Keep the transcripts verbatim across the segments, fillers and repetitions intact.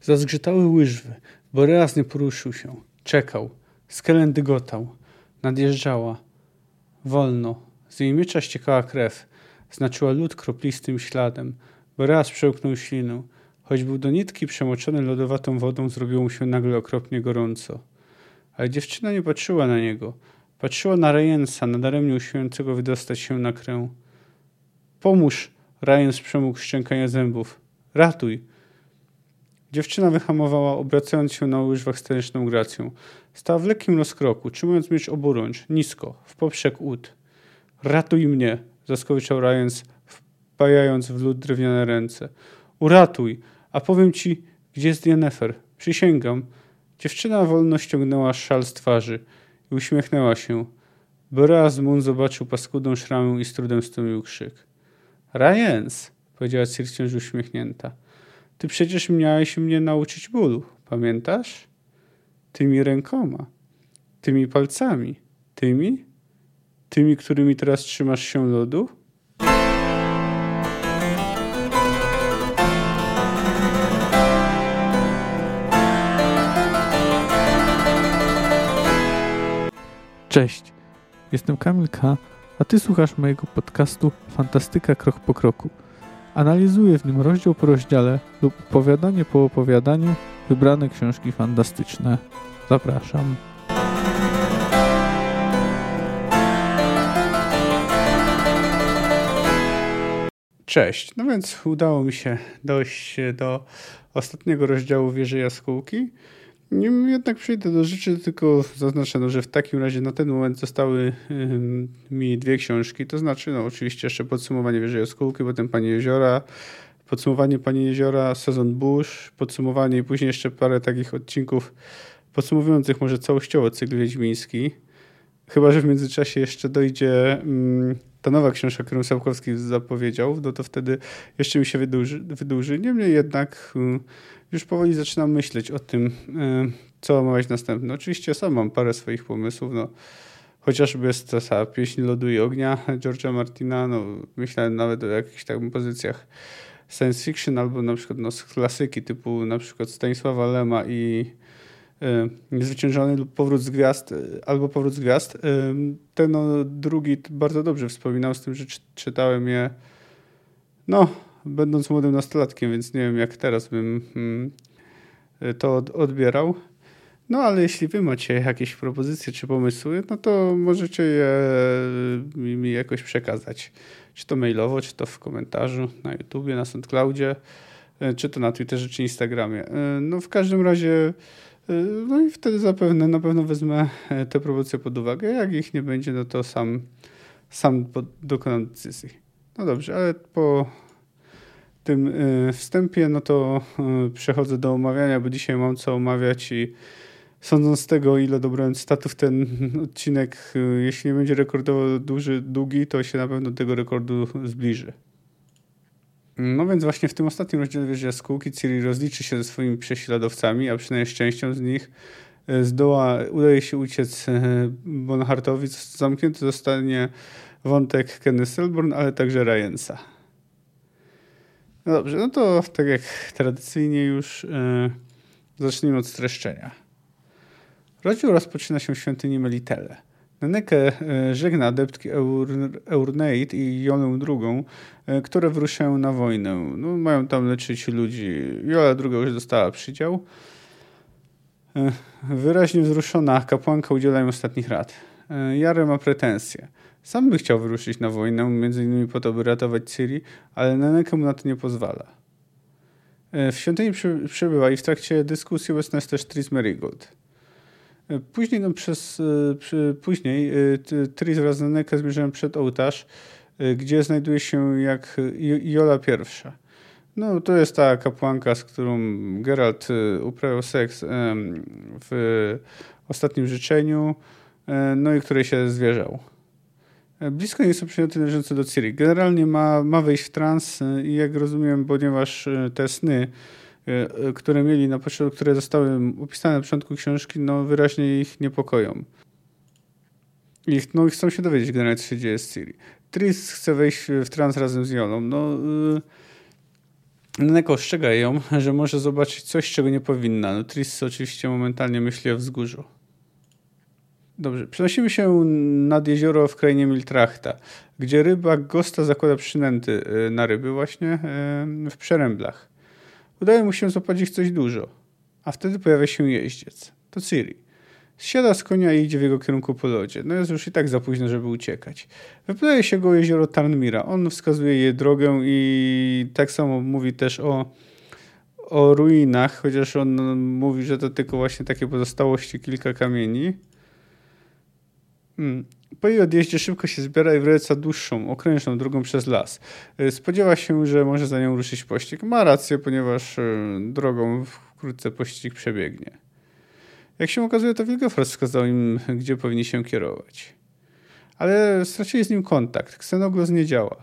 Zazgrzytały łyżwy. Boreas nie poruszył się. Czekał. Skelen dygotał. Nadjeżdżała. Wolno. Z jej miecza ściekała krew. Znaczyła lód kroplistym śladem. Boreas przełknął ślinę. Choć był do nitki przemoczony lodowatą wodą, zrobiło mu się nagle okropnie gorąco. Ale dziewczyna nie patrzyła na niego. Patrzyła na Ryensa, nadaremnie usiłującego wydostać się na krę. Pomóż! Ryens przemógł szczękania zębów. Ratuj! Dziewczyna wyhamowała, obracając się na łyżwach z taneczną gracją. Stała w lekkim rozkroku, trzymając miecz oburącz, nisko, w poprzek ud. Ratuj mnie! Zaskoczał Ryens, wpajając w lód drewniane ręce. Uratuj! A powiem ci, gdzie jest Yennefer. Przysięgam. Dziewczyna wolno ściągnęła szal z twarzy i uśmiechnęła się. Boreas Moon zobaczył paskudną szramę i z trudem stłumił krzyk. Ryens, powiedziała Ciri wciąż uśmiechnięta. Ty przecież miałeś mnie nauczyć bólu, pamiętasz? Tymi rękoma, tymi palcami, tymi, tymi, którymi teraz trzymasz się lodu? Cześć, jestem Kamil K., a Ty słuchasz mojego podcastu Fantastyka Krok po Kroku. Analizuję w nim rozdział po rozdziale lub opowiadanie po opowiadaniu wybrane książki fantastyczne. Zapraszam. Cześć, no więc udało mi się dojść do ostatniego rozdziału Wieży Jaskółki. Nim jednak przejdę do rzeczy, tylko zaznaczę, no, że w takim razie na ten moment zostały ym, mi dwie książki, to znaczy no oczywiście jeszcze podsumowanie Wieży Jaskółki, potem Pani Jeziora, podsumowanie Pani Jeziora, sezon burz, podsumowanie i później jeszcze parę takich odcinków podsumowujących może całościowo cykl wiedźmiński. Chyba że w międzyczasie jeszcze dojdzie ym, ta nowa książka, którą Sapkowski zapowiedział, no to wtedy jeszcze mi się wydłuży. wydłuży. Niemniej jednak y, już powoli zaczynam myśleć o tym, y, co ma być następne. Oczywiście sam mam parę swoich pomysłów, no, chociażby jest ta Pieśń Lodu i Ognia George'a Martina, no, myślałem nawet o jakichś tam pozycjach science fiction albo na przykład no, z klasyki typu na przykład Stanisława Lema i Niezwyciężony lub Powrót z Gwiazd, albo Powrót z Gwiazd. Ten no, drugi bardzo dobrze wspominał, z tym, że czytałem je no, będąc młodym nastolatkiem, więc nie wiem jak teraz bym to odbierał. No ale jeśli wy macie jakieś propozycje czy pomysły, no to możecie je mi jakoś przekazać. Czy to mailowo, czy to w komentarzu na YouTubie, na SoundCloudzie, czy to na Twitterze, czy Instagramie. No w każdym razie no i wtedy zapewne na pewno wezmę te propozycje pod uwagę. Jak ich nie będzie, no to sam, sam dokonam decyzji. No dobrze, ale po tym wstępie, no to przechodzę do omawiania, bo dzisiaj mam co omawiać i sądząc z tego, ile dobrałem cytatów, ten odcinek, jeśli nie będzie rekordowo duży, długi, to się na pewno do tego rekordu zbliży. No więc właśnie w tym ostatnim rozdziale Wieży Jaskółki Ciri rozliczy się ze swoimi prześladowcami, a przynajmniej częścią z nich zdoła, udaje się uciec Bonhartowi. Zamknięty zostanie wątek Kenny Selborn, ale także Ryensa. No dobrze, no to tak jak tradycyjnie już yy, zacznijmy od streszczenia. Rozdział rozpoczyna się w świątyni Melitele. Nenneke żegna adeptki Eurneit i Jolę drugą, które wyruszają na wojnę. No, mają tam leczyć ludzi. Jola druga już dostała przydział. Wyraźnie wzruszona kapłanka udziela im ostatnich rad. Jare ma pretensje. Sam by chciał wyruszyć na wojnę, między innymi po to, by ratować Ciri, ale Nenneke mu na to nie pozwala. W świątyni przybywa i w trakcie dyskusji obecna jest też Triss Merigold. Później, no, przez, przy, później Triss wraz z Nennekę zmierzają przed ołtarz, gdzie znajduje się jak Jola pierwsza. No, to jest ta kapłanka, z którą Geralt uprawiał seks w ostatnim życzeniu, no i której się zwierzał. Blisko nie są przedmioty należące do Ciri. Generalnie ma, ma wejść w trans i jak rozumiem, ponieważ te sny, które mieli na początku, które zostały opisane na początku książki, no wyraźnie ich niepokoją. I no, chcą się dowiedzieć generalnie, co się dzieje z Ciri. Triss chce wejść w trans razem z Jolą. No, yy, Neneko ostrzega ją, że może zobaczyć coś, czego nie powinna. No Triss oczywiście momentalnie myśli o wzgórzu. Dobrze, przenosimy się nad jezioro w krainie Miltrachta, gdzie rybak Gosta zakłada przynęty na ryby właśnie w przeręblach. Udaje mu się złapać ich coś dużo, a wtedy pojawia się jeździec. To Ciri. Zsiada z konia i idzie w jego kierunku po lodzie. No jest już i tak za późno, żeby uciekać. Wypływa się go jezioro Tarnmira. On wskazuje jej drogę i tak samo mówi też o, o ruinach, chociaż on mówi, że to tylko właśnie takie pozostałości, kilka kamieni. Hmm. Po jej odjeździe szybko się zbiera i wraca dłuższą, okrężną drogą przez las. Spodziewa się, że może za nią ruszyć pościg. Ma rację, ponieważ drogą wkrótce pościg przebiegnie. Jak się okazuje, to Wilgefortz wskazał im, gdzie powinni się kierować. Ale stracili z nim kontakt. Ksenoglos nie działa.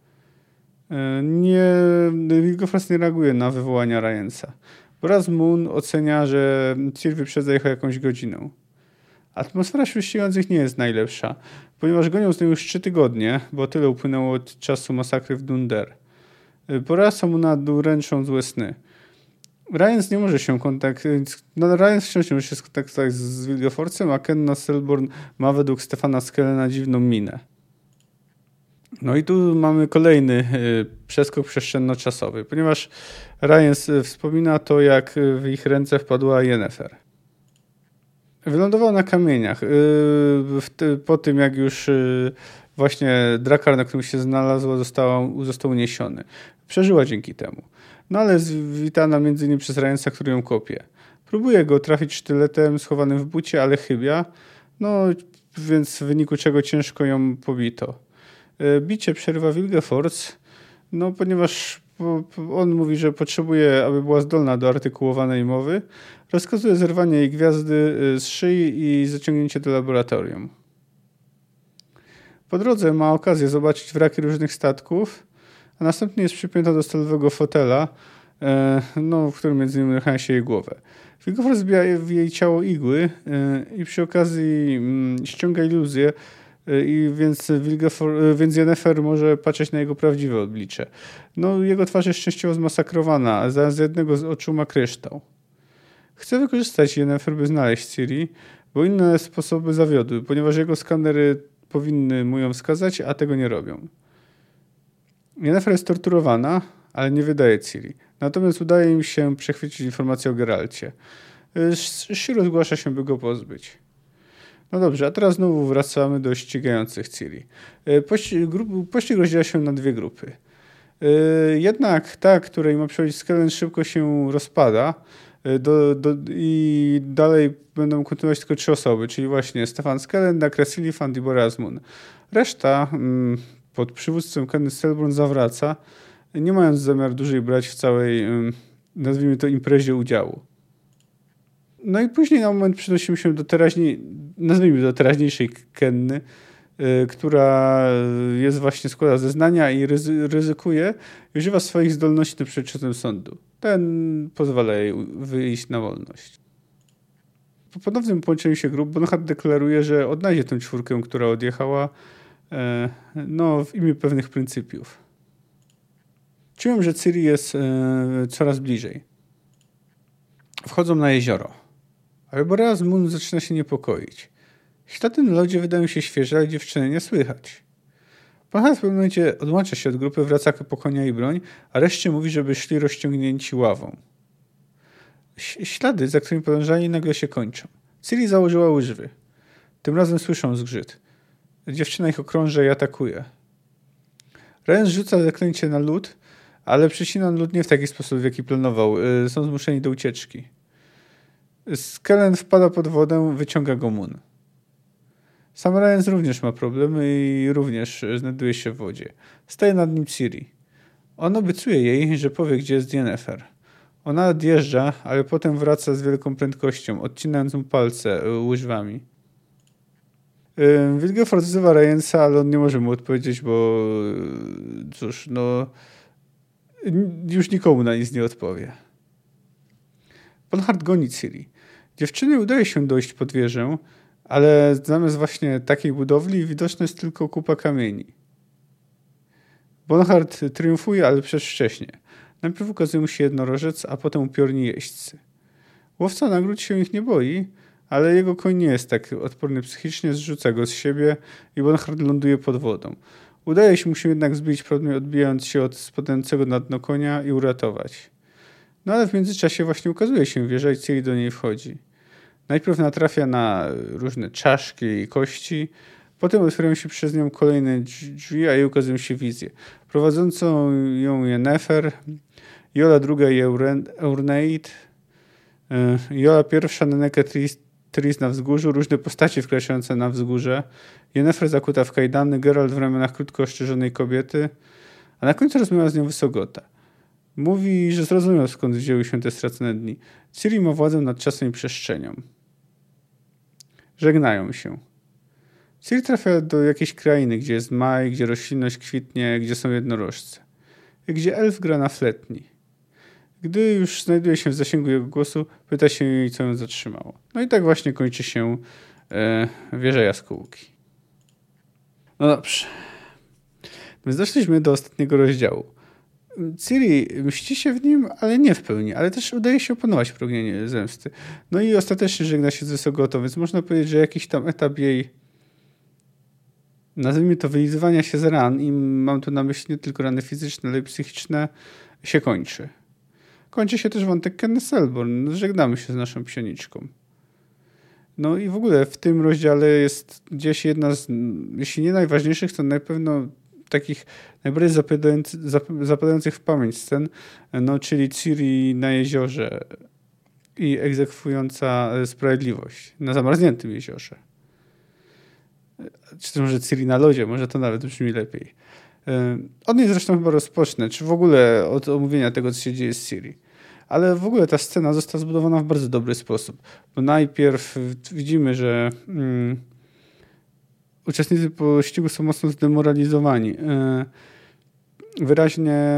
Nie, Wilgefortz nie reaguje na wywołania Ryansa. Boraz Moon ocenia, że Ciri wyprzedza ich o jakąś godzinę. Atmosfera wśród ścigających nie jest najlepsza, ponieważ gonią z nią już trzy tygodnie, bo tyle upłynęło od czasu masakry w Dunder. Borasa mu naduręczą złe sny. Ryans nie może się kontaktować, no Ryans wciąż nie może się skontaktować z Wilgefortzem, a Kenna Selborn ma według Stefana Skellena dziwną minę. No i tu mamy kolejny y, przeskok przestrzenno-czasowy, ponieważ Ryans wspomina to, jak w ich ręce wpadła Yennefer. Wylądował na kamieniach. Yy, w ty, po tym, jak już yy, właśnie drakar, na którym się znalazła, została, został uniesiony. Przeżyła dzięki temu. No ale jest witana między innymi przez Ryansa, który ją kopie. Próbuje go trafić sztyletem schowanym w bucie, ale chybia. No więc w wyniku czego ciężko ją pobito. Yy, bicie przerywa Wilgefortz, no ponieważ on mówi, że potrzebuje, aby była zdolna do artykułowanej mowy. Rozkazuje zerwanie jej gwiazdy z szyi i zaciągnięcie do laboratorium. Po drodze ma okazję zobaczyć wraki różnych statków, a następnie jest przypięta do stalowego fotela, no, w którym między innymi rucha się jej głowę. Wilgefortz zbija w jej ciało igły i przy okazji ściąga iluzję, i więc, więc Yennefer może patrzeć na jego prawdziwe oblicze. No, jego twarz jest częściowo zmasakrowana, a z jednego z oczu ma kryształ. Chce wykorzystać Yennefer, by znaleźć Ciri, bo inne sposoby zawiodły, ponieważ jego skanery powinny mu ją wskazać, a tego nie robią. Yennefer jest torturowana, ale nie wydaje Ciri. Natomiast udaje im się przechwycić informację o Geralcie. Shiro zgłasza się, by go pozbyć. No dobrze, a teraz znowu wracamy do ścigających Ciri. Pościg, grup, pościg rozdziela się na dwie grupy. Jednak ta, której ma przechodzić Skellen, szybko się rozpada do, do, i dalej będą kontynuować tylko trzy osoby, czyli właśnie Stefan Skellen, Dacre Silifant i Boraz Moon. Reszta pod przywództwem Kenny Selborn zawraca, nie mając zamiaru dłużej brać w całej, nazwijmy to, imprezie udziału. No i później na moment przenosimy się do teraźniej, nazwijmy do teraźniejszej Kenny, y, która jest właśnie, składa zeznania i ryzy, ryzykuje i używa swoich zdolności do przewodniczącym sądu. Ten pozwala jej wyjść na wolność. Po ponownym połączeniu się grup Bonhart deklaruje, że odnajdzie tę czwórkę, która odjechała y, no, w imię pewnych pryncypiów. Czułem, że Ciri jest y, coraz bliżej. Wchodzą na jezioro. Ale Boraz Moon zaczyna się niepokoić. Ślady na lodzie wydają się świeże, ale dziewczyny nie słychać. Bonhart w pewnym momencie odłącza się od grupy, wraca po konia i broń, a reszcie mówi, żeby szli rozciągnięci ławą. Ślady, za którymi podążali, nagle się kończą. Ciri założyła łyżwy. Tym razem słyszą zgrzyt. Dziewczyna ich okrąża i atakuje. Ryan rzuca zaklęcie na lód, ale przycina lód nie w taki sposób, w jaki planował. Są zmuszeni do ucieczki. Skellen wpada pod wodę, wyciąga go Moon. Sam Ryan również ma problemy i również znajduje się w wodzie. Staje nad nim Ciri. On obiecuje jej, że powie, gdzie jest Yennefer. Ona odjeżdża, ale potem wraca z wielką prędkością, odcinając mu palce łyżwami. Wilgefortz wzywa Ryansa, ale on nie może mu odpowiedzieć, bo cóż, no już nikomu na nic nie odpowie. Bonhart goni Ciri. Dziewczyny udaje się dojść pod wieżę, ale zamiast właśnie takiej budowli widoczna jest tylko kupa kamieni. Bonhart triumfuje, ale przez wcześnie. Najpierw ukazuje mu się jednorożec, a potem upiorni jeźdźcy. Łowca nagród się ich nie boi, ale jego koń nie jest tak odporny psychicznie, zrzuca go z siebie i Bonhart ląduje pod wodą. Udaje się mu się jednak zbić, prawdopodobnie odbijając się od spadającego na dno konia i uratować. No ale w międzyczasie właśnie ukazuje się wieża i Ciri do niej wchodzi. Najpierw natrafia na różne czaszki i kości, potem otwierają się przez nią kolejne drzwi, a jej ukazują się wizje. Prowadzącą ją Yennefer, Jola druga i Eorneit, Jola pierwsza, Neneke Tris na wzgórzu, różne postacie wkraczające na wzgórze, Yennefer zakuta w kajdany, Geralt w ramionach krótko ostrzyżonej kobiety, a na końcu rozmawia z nią Wysogota. Mówi, że zrozumiał, skąd wzięły się te stracone dni. Ciri ma władzę nad czasem i przestrzenią. Żegnają się. Ciri trafia do jakiejś krainy, gdzie jest maj, gdzie roślinność kwitnie, gdzie są jednorożce. I gdzie elf gra na fletni. Gdy już znajduje się w zasięgu jego głosu, pyta się jej, co ją zatrzymało. No i tak właśnie kończy się e, Wieża Jaskółki. No dobrze. Więc doszliśmy do ostatniego rozdziału. Ciri mści się w nim, ale nie w pełni, ale też udaje się opanować pragnienie zemsty. No i ostatecznie żegna się z Wysogotą, więc można powiedzieć, że jakiś tam etap jej, nazwijmy to, wylizywania się z ran, i mam tu na myśli nie tylko rany fizyczne, ale i psychiczne, się kończy. Kończy się też wątek Kenny Selborn. Żegnamy się z naszą psioniczką. No i w ogóle w tym rozdziale jest gdzieś jedna z, jeśli nie najważniejszych, to na pewno takich najbardziej zapadających, zapadających w pamięć scen, no, czyli Ciri na jeziorze i egzekwująca sprawiedliwość na zamarzniętym jeziorze. Czy to może Ciri na lodzie, może to nawet brzmi lepiej. Od niej zresztą chyba rozpocznę, czy w ogóle od omówienia tego, co się dzieje z Ciri. Ale w ogóle ta scena została zbudowana w bardzo dobry sposób. Bo najpierw widzimy, że mm, uczestnicy pościgu są mocno zdemoralizowani. Wyraźnie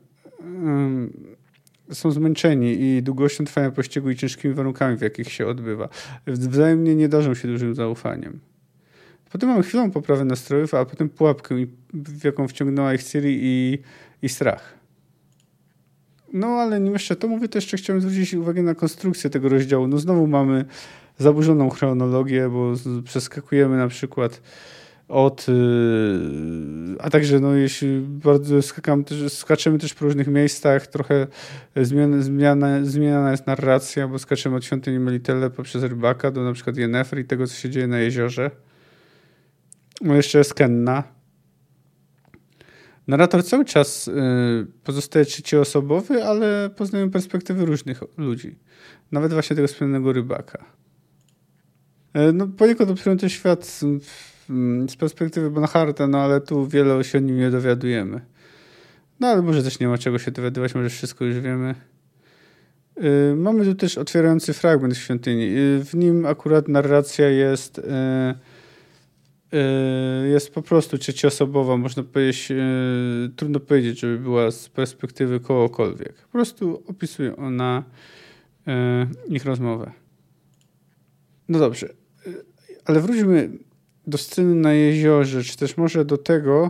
są zmęczeni i długością trwania pościgu i ciężkimi warunkami, w jakich się odbywa. Wzajemnie nie darzą się dużym zaufaniem. Potem mamy chwilę poprawę nastrojów, a potem pułapkę, w jaką wciągnęła ich Ciri i, i strach. No ale nim jeszcze to mówię, to jeszcze chciałem zwrócić uwagę na konstrukcję tego rozdziału. No znowu mamy zaburzoną chronologię, bo przeskakujemy na przykład od, a także no jeśli bardzo skakamy też, skaczemy też po różnych miejscach, trochę zmiana, zmiana, zmieniana jest narracja, bo skaczemy od świątyni Melitele poprzez Rybaka do na przykład Yennefer i tego, co się dzieje na jeziorze. No jeszcze jest Kenna. Narrator cały czas y, pozostaje trzecioosobowy, ale poznajemy perspektywy różnych ludzi. Nawet właśnie tego wspomnianego Rybaka. Y, no poniekąd obserwujemy ten świat z, z perspektywy Bonharta, no ale tu wiele się o nim nie dowiadujemy. No ale może też nie ma czego się dowiadywać, może wszystko już wiemy. Y, mamy tu też otwierający fragment w świątyni. Y, w nim akurat narracja jest... Y, jest po prostu trzecioosobowa, można powiedzieć, trudno powiedzieć, żeby była z perspektywy kogokolwiek. Po prostu opisuje ona ich rozmowę. No dobrze, ale wróćmy do sceny na jeziorze, czy też może do tego,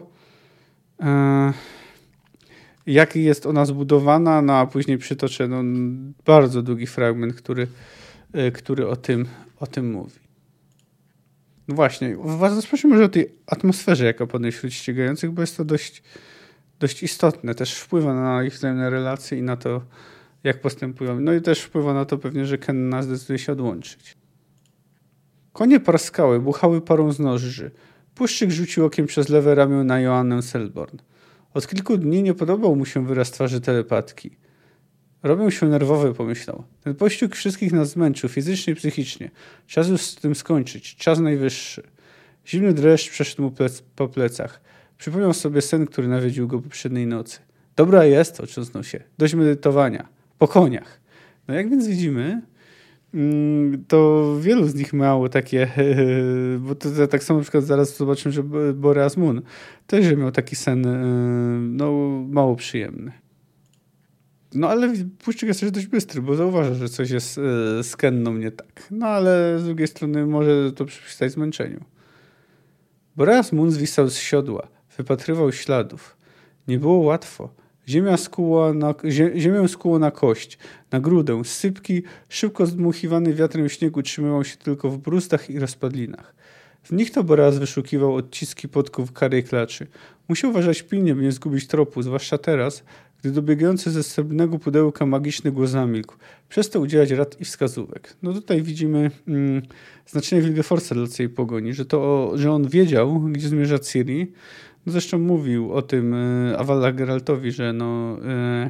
jak jest ona zbudowana, no a później przytoczę no, bardzo długi fragment, który, który o tym, o tym mówi. No właśnie, rozpocznijmy może o tej atmosferze, jaka panuje wśród ścigających, bo jest to dość, dość istotne. Też wpływa na ich wzajemne relacje i na to, jak postępują. No i też wpływa na to pewnie, że Kenna zdecyduje się odłączyć. Konie parskały, buchały parą z nożdży. Puszczyk rzucił okiem przez lewe ramię na Joannę Selborn. Od kilku dni nie podobał mu się wyraz twarzy telepatki. Robią się nerwowe, pomyślał. Ten pościg wszystkich nas zmęczył, fizycznie i psychicznie. Czas już z tym skończyć. Czas najwyższy. Zimny dreszcz przeszedł mu plec, po plecach. Przypomniał sobie sen, który nawiedził go poprzedniej nocy. Dobra jest, otrząsnął się. Dość medytowania. Po koniach. No jak więc widzimy, to wielu z nich miało takie, bo to, to tak samo na przykład zaraz zobaczymy, że Boreas Moon też miał taki sen no, mało przyjemny. No ale Puszczyk jest też dość bystry, bo zauważa, że coś jest z Kenną nie tak. No ale z drugiej strony może to przypisać zmęczeniu. Boreas Moon zwisał z siodła, wypatrywał śladów. Nie było łatwo. Ziemia skuła na, ziemię skuło na kość, na grudę, sypki, szybko zdmuchiwany wiatrem śnieg utrzymywał się tylko w brustach i rozpadlinach. W nich to Boreas wyszukiwał odciski podków karej klaczy. Musiał uważać pilnie, by nie zgubić tropu, zwłaszcza teraz, gdy dobiegający ze srebrnego pudełka magiczny głos zamilkł. Przestał udzielać rad i wskazówek. No tutaj widzimy mm, znaczenie Wilgefortza dla tej pogoni, że, to, że on wiedział, gdzie zmierza Ciri. No zresztą mówił o tym y, Avalla Geraltowi, że no y,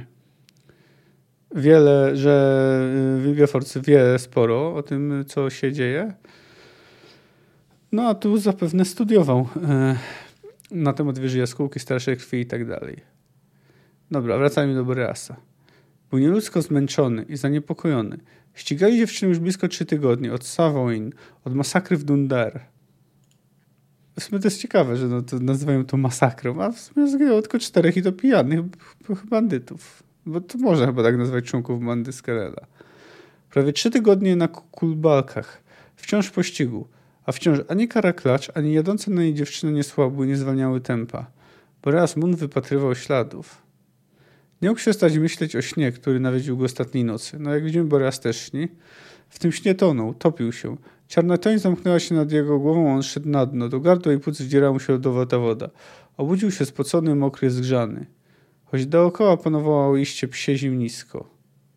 wiele, że y, Wilgefortz wie sporo o tym, co się dzieje. No a tu zapewne studiował y, na temat wieży jaskółki, starszej krwi i tak dalej. Dobra, wracajmy do Boreasa. Był nieludzko zmęczony i zaniepokojony. Ścigali dziewczyny już blisko trzy tygodnie, od Savoin, od masakry w Dundar. W sumie to jest ciekawe, że no to nazywają to masakrą, a w sumie zginęło tylko czterech i to pijanych bandytów. Bo to można chyba tak nazwać członków bandy Skeleda. Prawie trzy tygodnie na kulbalkach, wciąż pościgu, a wciąż ani kara klacz, ani jadące na niej dziewczyny nie słabły, nie zwalniały tempa. Boreas Mun wypatrywał śladów. Nie mógł przestać myśleć o śnie, który nawiedził go ostatniej nocy. No jak widzimy, Boreas też śni. W tym śnie tonął, topił się. Czarna toń zamknęła się nad jego głową, a on szedł na dno. Do gardła i płuc wdzierała mu się lodowata woda. Obudził się spocony, mokry, zgrzany. Choć dookoła panowała iście psie zimnisko.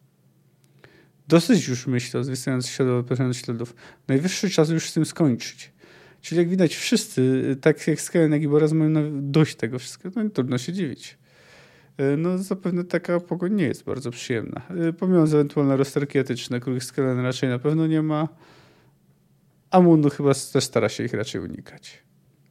Dosyć już, myślał, zwisając śladów, śladów. Najwyższy czas już z tym skończyć. Czyli jak widać, wszyscy, tak jak Skellen, jak i Boreas, mają dość tego wszystkiego. No trudno się dziwić. No zapewne taka pogoń nie jest bardzo przyjemna. Pomijając ewentualne rozterki etyczne, których Skellen raczej na pewno nie ma, a Mun chyba też stara się ich raczej unikać.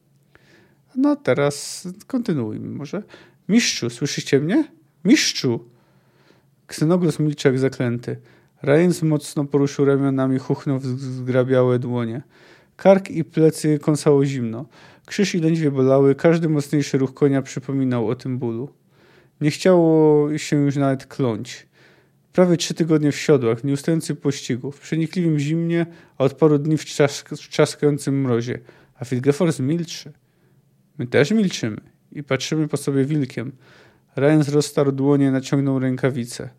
No teraz kontynuujmy może. Mistrzu, słyszycie mnie? Mistrzu! Ksenoglos milczy jak zaklęty. Ryans mocno poruszył ramionami, chuchnął w zgrabiałe dłonie. Kark i plecy kąsało zimno. Krzyż i lędźwie bolały, każdy mocniejszy ruch konia przypominał o tym bólu. Nie chciało się już nawet kląć. Prawie trzy tygodnie w siodłach, w nieustającym pościgu, w przenikliwym zimnie, a od paru dni w trzaskającym mrozie. A Wilgefortz milczy. My też milczymy i patrzymy po sobie wilkiem. Ryans roztarł dłonie, naciągnął rękawice.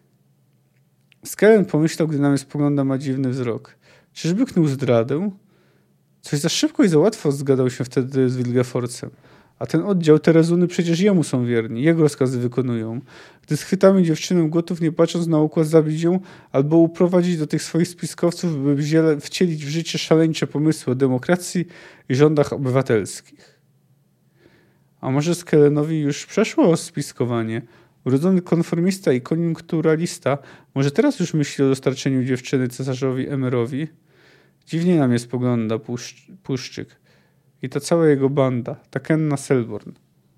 Skellen pomyślał, gdy na mnie spogląda, ma dziwny wzrok. Czyżby knuł zdradę? Coś za szybko i za łatwo zgadał się wtedy z Wilgefortzem. A ten oddział, te rezuny przecież jemu są wierni, jego rozkazy wykonują. Gdy schwytamy dziewczynę, gotów nie patrząc na układ zabić ją albo uprowadzić do tych swoich spiskowców, by wcielić w życie szaleńcze pomysły o demokracji i rządach obywatelskich. A może Skellenowi już przeszło spiskowanie? Urodzony konformista i koniunkturalista może teraz już myśli o dostarczeniu dziewczyny cesarzowi Emerowi? Dziwnie na mnie spogląda puszcz, Puszczyk. I ta cała jego banda, ta Kenna Selborn.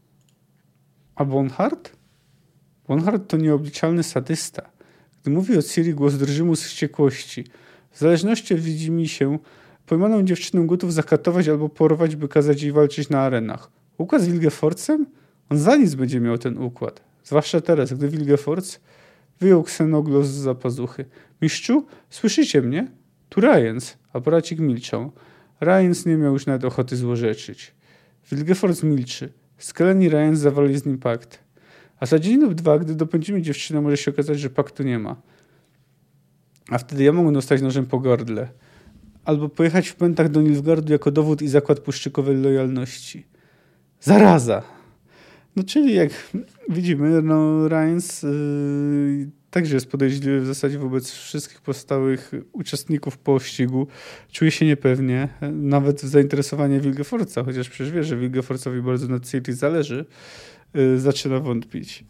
A Bonhart? Bonhart to nieobliczalny sadysta. Gdy mówi o Ciri, głos drży mu z wściekłości. W zależności od widzimy się, pojmaną dziewczynę gotów zakatować albo porwać, by kazać jej walczyć na arenach. Układ z Wilgefortzem? On za nic będzie miał ten układ. Zwłaszcza teraz, gdy Wilgefortz wyjął Ksenoglos z zapazuchy. Mistrzu, słyszycie mnie? Tu Ryans, a poracik milczał. Ryans nie miał już nawet ochoty złorzeczyć. Wilgefortz milczy. Skellen i Ryans zawarli z nim pakt. A za dzień lub dwa, gdy dopędzimy dziewczynę, może się okazać, że paktu nie ma. A wtedy ja mogę dostać nożem po gardle. Albo pojechać w pętach do Nilfgaardu jako dowód i zakład puszczykowej lojalności. Zaraza! No czyli jak widzimy, no Ryans yy, także jest podejrzliwy w zasadzie wobec wszystkich pozostałych uczestników pościgu. Czuje się niepewnie, nawet w zainteresowanie Wilgefortza, chociaż przecież wie, że Wilgefortzowi bardzo na Ciri zależy, yy, zaczyna wątpić.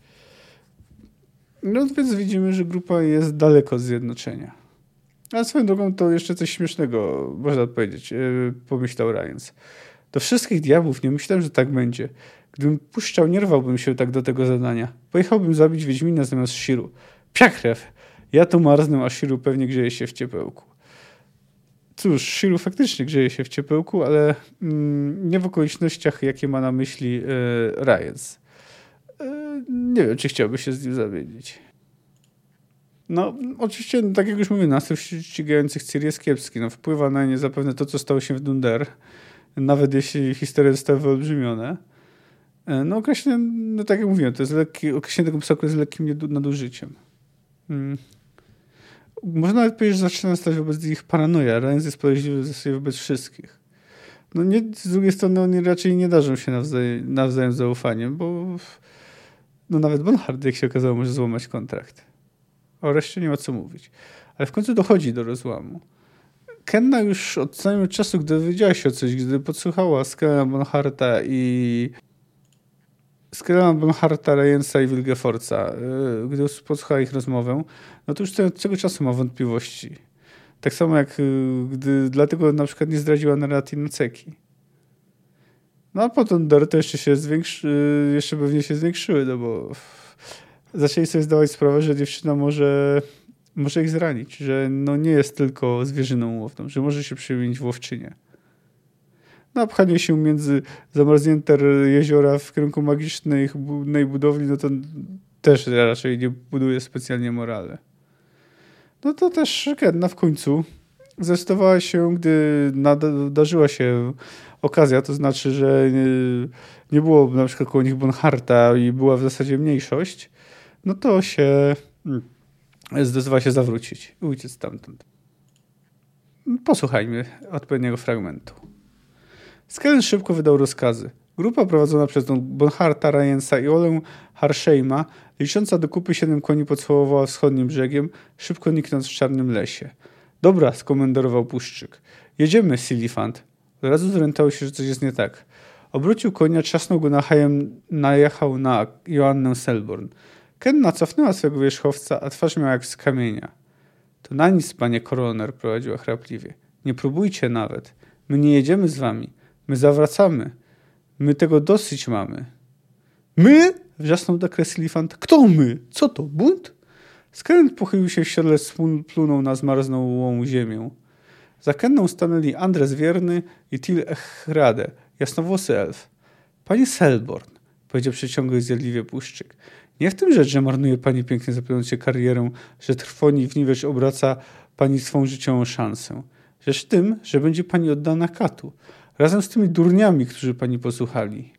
No więc widzimy, że grupa jest daleko od zjednoczenia. A swoją drogą to jeszcze coś śmiesznego, można powiedzieć, yy, pomyślał Ryans. Do wszystkich diabłów nie myślałem, że tak będzie. Gdybym puszczał, nie rwałbym się tak do tego zadania. Pojechałbym zabić Wiedźmina zamiast Shiru. Piakrew! Ja tu marznę, a Shiru pewnie grzeje się w ciepełku. Cóż, Shiru faktycznie grzeje się w ciepełku, ale mm, nie w okolicznościach, jakie ma na myśli yy, Ryans. Yy, nie wiem, czy chciałby się z nim zamienić. No, oczywiście, no, tak jak już mówię, nastrój ścigających Ciri jest kiepski. No, wpływa na nie zapewne to, co stało się w Dundar. Nawet jeśli historie zostały wyolbrzymione. No określenie, no tak jak mówiłem, to jest lekki, określenie tego psa jest lekkim nadużyciem. Hmm. Można nawet powiedzieć, że zaczyna stać wobec ich paranoja. Renz jest podejrzliwy ze sobie wobec wszystkich. No nie, z drugiej strony oni raczej nie darzą się nawzajem, nawzajem zaufaniem, bo no nawet Bonhart, jak się okazało, może złamać kontrakt. O reszcie nie ma co mówić. Ale w końcu dochodzi do rozłamu. Kenna już od samego czasu, gdy dowiedziała się o coś, gdy podsłuchała Skellena Bonharta i Skellena Bonharta, Reyensa i Wilgefortza, gdy podsłuchała ich rozmowę, no to już od tego czasu ma wątpliwości. Tak samo jak gdy dlatego na przykład nie zdradziła narracji Naceki. No a potem to jeszcze się zwiększy, jeszcze pewnie się zwiększyły, no bo zaczęli sobie zdawać sprawę, że dziewczyna może, może ich zranić, że no nie jest tylko zwierzyną łowną, że może się przemienić w łowczynię. No a pchanie się między zamarznięte jeziora w kierunku magicznej budowli, no to też raczej nie buduje specjalnie morale. No to też Kenna w końcu zdecydowała się, gdy nadarzyła się okazja, to znaczy, że nie, nie było na przykład koło nich Bonharta i była w zasadzie mniejszość, no to się zdecydowała się zawrócić i uciec stamtąd. Posłuchajmy odpowiedniego fragmentu. Skellen szybko wydał rozkazy. Grupa prowadzona przez Bonharta, Reyensa i Olę Harsheima, licząca do kupy siedem koni, pocałowała wschodnim brzegiem, szybko niknąc w czarnym lesie. Dobra, skomenderował Puszczyk. Jedziemy, Silifant. Od razu zorientował się, że coś jest nie tak. Obrócił konia, trzasnął go nachajem, najechał na Joannę Selborn. Kenna cofnęła swego wierzchowca, a twarz miała jak z kamienia. To na nic, panie koroner, prowadziła chrapliwie. Nie próbujcie nawet. My nie jedziemy z wami. My zawracamy. My tego dosyć mamy. My? Wrzasnął do Silifant. Kto my? Co to? Bunt? Skręt pochylił się w siodle, plunął na zmarzłą ziemię. Za Kenną stanęli Andres Wierny i Til Echrade, jasnowłosy elf. Panie Selborn, powiedział przeciągły zjadliwie Puszczyk. Nie w tym rzecz, że marnuje pani pięknie zapewniając się karierę, że trwoni w niwecz obraca pani swą życiową szansę. Rzecz w tym, że będzie pani oddana katu, razem z tymi durniami, którzy pani posłuchali.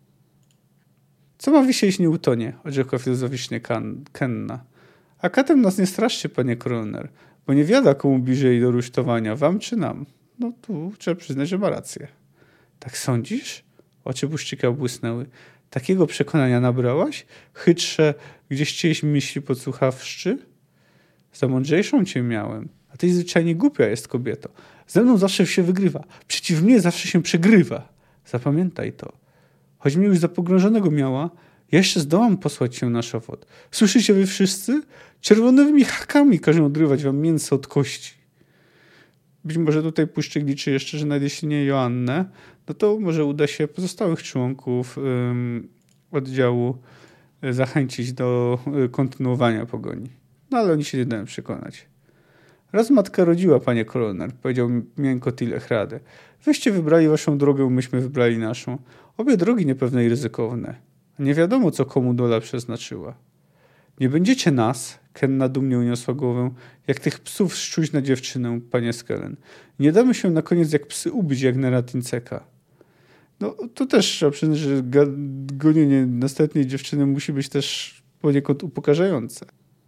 Co ma wisieć, nie utonie, odrzekła filozoficznie Kenna. A katem nas nie straszcie, panie koroner, bo nie wiada, komu bliżej do rusztowania, wam czy nam. No tu trzeba przyznać, że ma rację. Tak sądzisz? Oczy Puszczyka błysnęły. Takiego przekonania nabrałaś? Chytrze, gdzieś czyjeś myśli podsłuchawszy? Za mądrzejszą cię miałem. A ty zwyczajnie głupia jest kobieto. Ze mną zawsze się wygrywa. Przeciw mnie zawsze się przegrywa. Zapamiętaj to. Choć mnie już za pogrążonego miała, jeszcze zdołam posłać się na szafot. Słyszycie wy wszyscy? Czerwonymi hakami każą odrywać wam mięso od kości. Być może tutaj Puszczyk liczy jeszcze, że nawet jeśli nie Joannę, no to może uda się pozostałych członków um, oddziału zachęcić do kontynuowania pogoni. No ale oni się nie dają przekonać. Raz matka rodziła, panie koroner, powiedział miękko Til Echrade. Wyście wybrali waszą drogę, myśmy wybrali naszą. Obie drogi niepewne i ryzykowne. Nie wiadomo, co komu dola przeznaczyła. Nie będziecie nas, Kenna dumnie uniosła głowę, jak tych psów szczuć na dziewczynę, panie Skellen. Nie damy się na koniec jak psy ubić, jak Neratinceka. No to też trzeba przyznać, że gonienie następnej dziewczyny musi być też poniekąd upokarzające.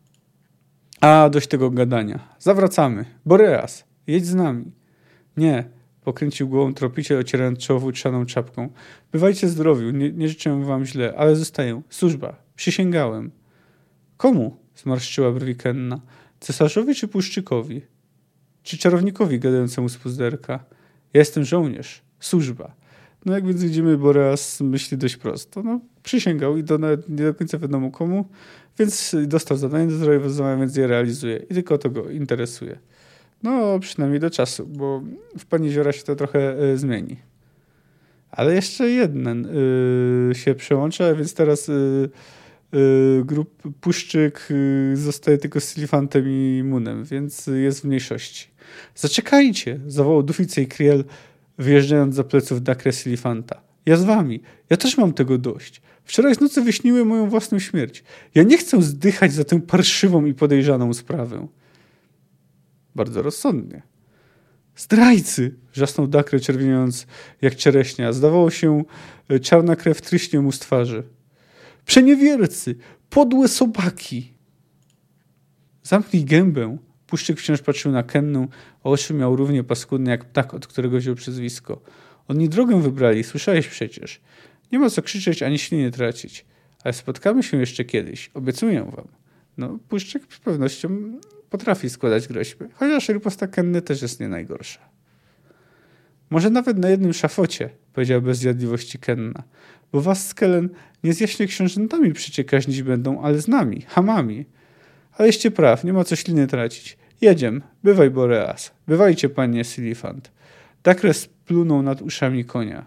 A, dość tego gadania. Zawracamy. Boreas, jedź z nami. Nie, pokręcił głową tropiciel, ocierając czoło futrzaną czapką. Bywajcie zdrowiu, nie, nie życzę wam źle, ale zostaję. Służba. Przysięgałem. Komu? Zmarszczyła brwi Kenna. Cesarzowi czy Puszczykowi? Czy czarownikowi gadającemu z puzderka? Ja jestem żołnierz. Służba. No jak więc widzimy, Boreas myśli dość prosto. No, przysięgał i to nawet nie do końca wiadomo komu, więc dostał zadanie do zrealizowania, więc je realizuje. I tylko to go interesuje. No, przynajmniej do czasu, bo w Pani Jeziora się to trochę y, zmieni. Ale jeszcze jeden y, się przełącza, więc teraz y, y, grup Puszczyk y, zostaje tylko z Silifantem i Munem, więc jest w mniejszości. Zaczekajcie, zawołał Dufice i Kriel, wyjeżdżając za pleców Dakre Silifanta. Ja z wami. Ja też mam tego dość. Wczoraj z nocy wyśniły moją własną śmierć. Ja nie chcę zdychać za tę parszywą i podejrzaną sprawę. Bardzo rozsądnie. Zdrajcy! Wrzasnął Dacre, czerwieniejąc jak czereśnia. Zdawało się, czarna krew tryśnie mu z twarzy. Przeniewiercy! Podłe sobaki! Zamknij gębę. Puszczyk wciąż patrzył na Kennę, a oczy miał równie paskudne jak ptak, od którego wziął przezwisko. Oni drogę wybrali, słyszałeś przecież. Nie ma co krzyczeć ani śliny tracić. Ale spotkamy się jeszcze kiedyś. Obiecuję wam. No, Puszczyk z pewnością potrafi składać groźby. Chociaż riposta Kenny też jest nie najgorsza. Może nawet na jednym szafocie, powiedział bez zjadliwości Kenna. Bo was z Kellen nie z jaśnie książętami przeciekaźnić będą, ale z nami, hamami. Aleście praw, nie ma co śliny tracić. Jedziem. Bywaj, Boreas. Bywajcie, panie Silifant. Dacre splunął nad uszami konia.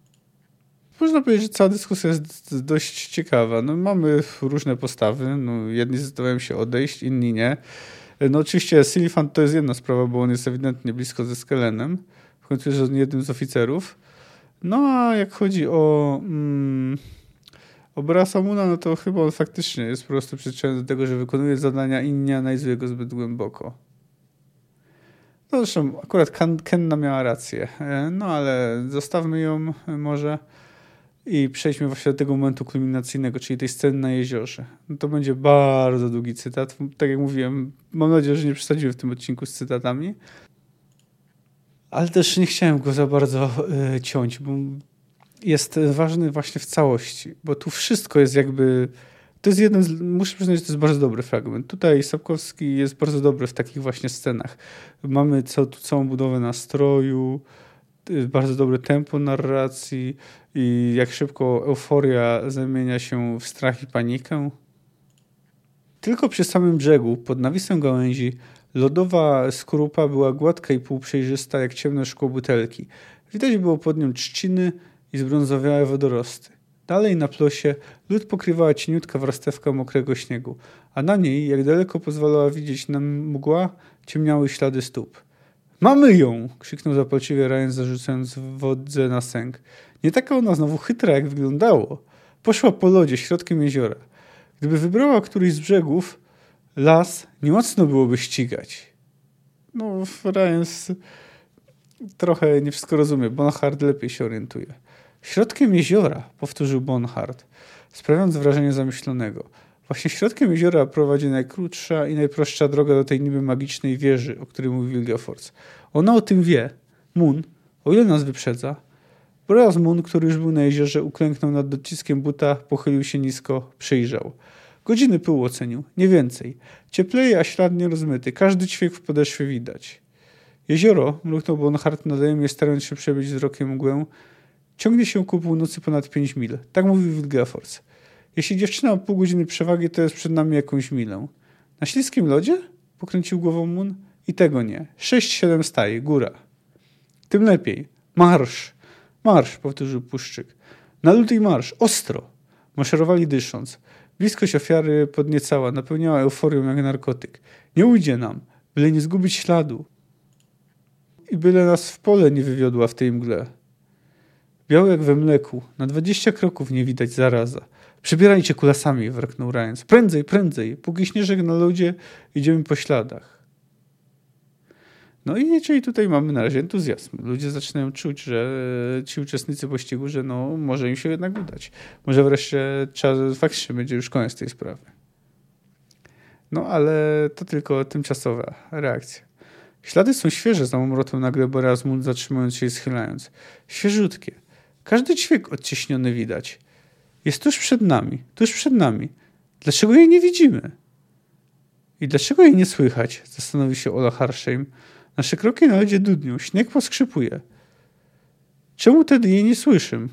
Można powiedzieć, że cała dyskusja jest dość ciekawa. No, mamy różne postawy. No, jedni zdecydowają się odejść, inni nie. No oczywiście Silifant to jest jedna sprawa, bo on jest ewidentnie blisko ze Skellenem. W końcu jest jednym z oficerów. No a jak chodzi o... Mm, o Boreasa Moona, no to chyba on faktycznie jest po prostu przyzwyczajony do tego, że wykonuje zadania, inni nie analizuje go zbyt głęboko. No zresztą akurat Kenna miała rację. No ale zostawmy ją może i przejdźmy właśnie do tego momentu kulminacyjnego, czyli tej sceny na jeziorze. No to będzie bardzo długi cytat. Tak jak mówiłem, mam nadzieję, że nie przesadziłem w tym odcinku z cytatami. Ale też nie chciałem go za bardzo y, ciąć, bo jest ważny właśnie w całości, bo tu wszystko jest jakby... To jest jeden z... Muszę przyznać, że to jest bardzo dobry fragment. Tutaj Sapkowski jest bardzo dobry w takich właśnie scenach. Mamy cał, tu całą budowę nastroju, bardzo dobre tempo narracji i jak szybko euforia zamienia się w strach i panikę. Tylko przy samym brzegu, pod nawisem gałęzi, lodowa skorupa była gładka i półprzejrzysta jak ciemne szkło butelki. Widać było pod nią trzciny i zbrązowiałe wodorosty. Dalej na plosie lód pokrywała cieniutka warstewka mokrego śniegu, a na niej, jak daleko pozwalała widzieć nam mgła, ciemniały ślady stóp. Mamy ją! Krzyknął zapalczywie Ryan, zarzucając wodę na sęk. Nie taka ona znowu chytra, jak wyglądało. Poszła po lodzie środkiem jeziora. Gdyby wybrała któryś z brzegów, las nie mocno byłoby ścigać. No, Ryan trochę nie wszystko rozumie. Bonhart lepiej się orientuje. Środkiem jeziora, powtórzył Bonhart, sprawiając wrażenie zamyślonego. Właśnie środkiem jeziora prowadzi najkrótsza i najprostsza droga do tej niby magicznej wieży, o której mówi Wilgefortz. Ona o tym wie. Moon, o ile nas wyprzedza. Boreas Moon, który już był na jeziorze, uklęknął nad dociskiem buta, pochylił się nisko, przyjrzał. Godziny pył ocenił, nie więcej. Ciepleje, a ślad nie rozmyty. Każdy ćwiek w podeszwie widać. Jezioro, mruknął Bonhart nadajemnie, starając się przebyć wzrokiem mgłę, ciągnie się ku północy ponad pięć mil. Tak mówił Wilgefortz. Jeśli dziewczyna ma pół godziny przewagi, to jest przed nami jakąś milę. Na śliskim lodzie? Pokręcił głową Moon. I tego nie. Sześć, siedem staj, góra. Tym lepiej. Marsz! Marsz, powtórzył Puszczyk. Na lód i marsz, ostro! Maszerowali dysząc. Bliskość ofiary podniecała, napełniała euforią jak narkotyk. Nie ujdzie nam, byle nie zgubić śladu. I byle nas w pole nie wywiodła w tej mgle. Biały jak we mleku, na dwadzieścia kroków nie widać zaraza. Przybierajcie kulasami, warknął Ryan. Prędzej, prędzej, póki śnieżek na lodzie, idziemy po śladach. No i czyli tutaj mamy na razie entuzjazm. Ludzie zaczynają czuć, że ci uczestnicy pościgu, że no może im się jednak udać. Może wreszcie trzeba, faktycznie będzie już koniec tej sprawy. No ale to tylko tymczasowa reakcja. Ślady są świeże, zamomrotał nagle Boreas Moon, zatrzymując się i schylając. Świeżutkie. Każdy ćwiek odcieśniony widać. Jest tuż przed nami, tuż przed nami. Dlaczego jej nie widzimy? I dlaczego jej nie słychać? Zastanowił się Ola Harsheim. Nasze kroki na lodzie dudnią, śnieg poskrzypuje. Czemu tedy jej nie słyszę?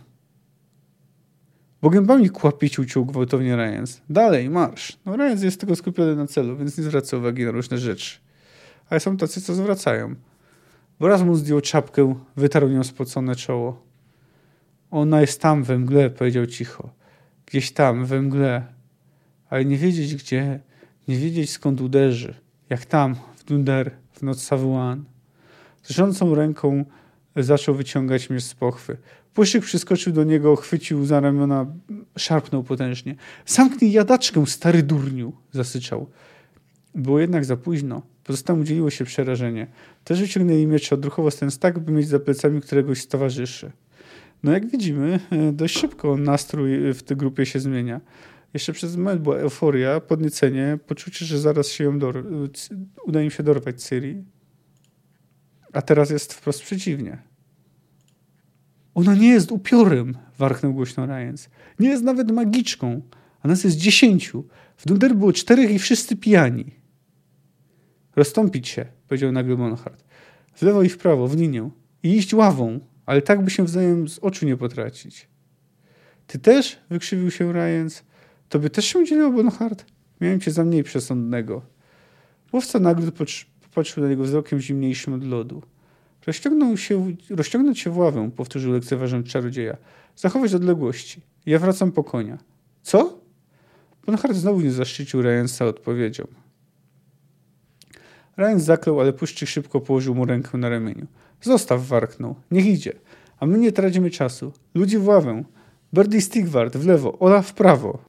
Bo gębami kłapić uciął gwałtownie Ryans. Dalej, marsz. No Ryans jest tylko skupiony na celu, więc nie zwraca uwagi na różne rzeczy. Ale są tacy, co zwracają. Boreas Moon zdjął czapkę, wytarł nią spocone czoło. Ona jest tam we mgle, powiedział cicho. Gdzieś tam, we mgle. Ale nie wiedzieć gdzie, nie wiedzieć skąd uderzy. Jak tam, w Dunder, w noc Savuan. Drżącą ręką zaczął wyciągać mnie z pochwy. Puszczyk przyskoczył do niego, chwycił za ramiona, szarpnął potężnie. Zamknij jadaczkę, stary durniu, zasyczał. Było jednak za późno. Pozostałym dzieliło się przerażenie. Też wyciągnęli miecze odruchowo stając tak, by mieć za plecami któregoś z towarzyszy. No jak widzimy, dość szybko nastrój w tej grupie się zmienia. Jeszcze przez moment była euforia, podniecenie, poczucie, że zaraz się ją dor- uda im się dorwać Ciri. A teraz jest wprost przeciwnie. Ona nie jest upiorem, warknął głośno Ryans. Nie jest nawet magiczką, a nas jest dziesięciu. W Dunder było czterech i wszyscy pijani. Rozstąpić się, powiedział nagle Bonhart. W lewo i w prawo, w linię. I iść ławą, ale tak by się wzajem z oczu nie potracić. Ty też? Wykrzywił się Ryans. Tobie też się udzieliło, Bonhart? Miałem cię za mniej przesądnego. Łowca nagród popatrzył na niego wzrokiem zimniejszym od lodu. Rozciągnął się, rozciągnąć się w ławę, powtórzył lekceważąc czarodzieja. Zachować odległości. Ja wracam po konia. Co? Bonhart znowu nie zaszczycił Ryansa odpowiedzią. Ryans zaklął, ale Puszczyk szybko położył mu rękę na ramieniu. Zostaw, warknął. Niech idzie. A my nie tracimy czasu. Ludzi w ławę. Birdie Stigward w lewo, Ola w prawo.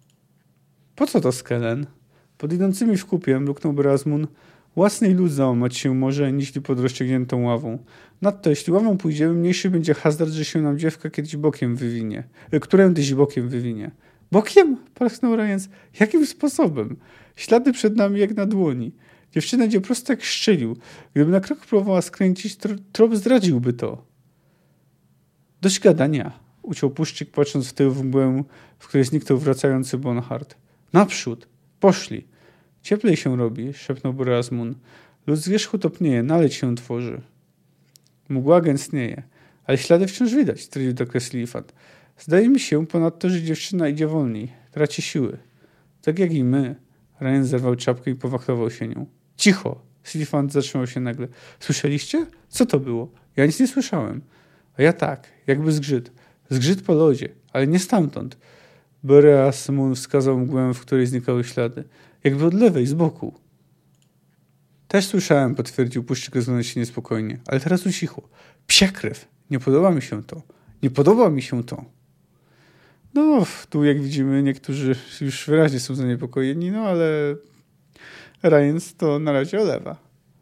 Po co to, Skellen? Pod idącymi w kupie, mruknął Brazmun. Własnej lud załamać się może, niźli pod rozciągniętą ławą. Nadto, jeśli ławą pójdziemy, mniejszy będzie hazard, że się nam dziewka kiedyś bokiem wywinie. Którędyś bokiem wywinie. Bokiem? Parsknął Ryans. Jakim sposobem? Ślady przed nami jak na dłoni. Dziewczyna idzie prosto jak szczelił. Gdyby na krok próbowała skręcić, tro, trop zdradziłby to. Dość gadania, uciął Puszczyk, patrząc w tył w mgłę, w której zniknął wracający Bonhart. Naprzód! Poszli! Cieplej się robi, szepnął Brazmun. Lud z wierzchu topnieje, naleć się tworzy. Mgła gęstnieje, ale ślady wciąż widać, stwierdził doktor Silifant. Zdaje mi się ponadto, że dziewczyna idzie wolniej, traci siły. Tak jak i my. Ryans zerwał czapkę i powachlował się nią. Cicho! Silifant zatrzymał się nagle. Słyszeliście? Co to było? Ja nic nie słyszałem. A ja tak, jakby zgrzyt. Zgrzyt po lodzie, ale nie stamtąd. Brazmun wskazał mgłę, w której znikały ślady. Jakby od lewej, z boku. Też słyszałem, potwierdził Puszczyk, rozglądając się niespokojnie. Ale teraz ucichło. Psia krew. Nie podoba mi się to. Nie podoba mi się to. No, tu jak widzimy, niektórzy już wyraźnie są zaniepokojeni, no ale Ryans to na razie olewa.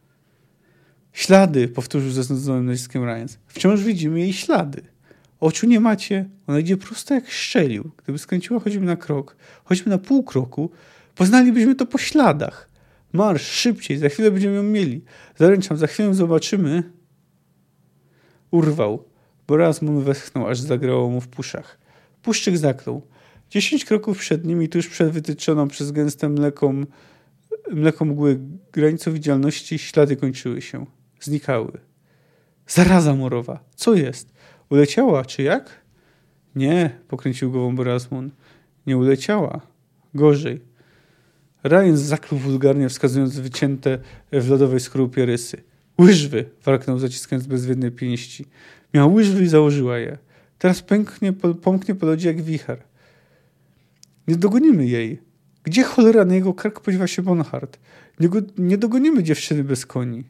Ślady, powtórzył ze znudzonym naciskiem Ryans. Wciąż widzimy jej ślady. Oczu nie macie. Ona idzie prosto jak szczelił. Gdyby skręciła choćby na krok, choćby na pół kroku, poznalibyśmy to po śladach. Marsz, szybciej, za chwilę będziemy ją mieli. Zaręczam, za chwilę zobaczymy. Urwał. Brazmun westchnął, aż zagrało mu w puszach. Puszczyk zaklął. Dziesięć kroków przed nimi, tuż przed wytyczoną przez gęste mleką, mleką mgły granicą widzialności, ślady kończyły się. Znikały. Zaraza morowa. Co jest? Uleciała, czy jak? Nie, pokręcił głową Brazmun. Nie uleciała. Gorzej. Ryans zaklął wulgarnie, wskazując wycięte w lodowej skorupie rysy. Łyżwy! Warknął, zaciskając bezwiedne pięści. Miała łyżwy i założyła je. Teraz pęknie, pomknie po lodzie jak wicher. Nie dogonimy jej. Gdzie cholera na jego kark podziwa się Bonhart? Nie, go, nie dogonimy dziewczyny bez koni.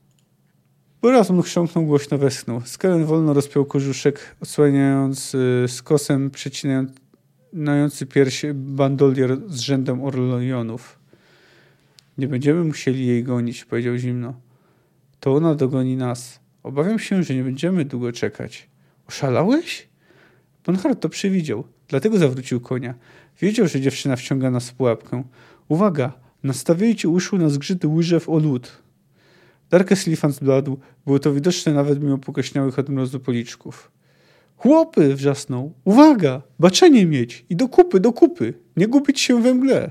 Brazmun chrząknął, głośno westchnął. Skellen wolno rozpiął kożuszek, odsłaniając y, skosem przecinający pierś bandolier z rzędem orlionów. Nie będziemy musieli jej gonić, powiedział zimno. To ona dogoni nas. Obawiam się, że nie będziemy długo czekać. Oszalałeś? Bonhart to przewidział, dlatego zawrócił konia. Wiedział, że dziewczyna wciąga nas w pułapkę. Uwaga! Nastawiajcie uszu na zgrzyt łyżew o lód. Darke Silifant zbladł. Było to widoczne nawet mimo pokośniałych od mrozu policzków. Chłopy! Wrzasnął. Uwaga! Baczenie mieć! I do kupy, do kupy! Nie gubić się we mgle!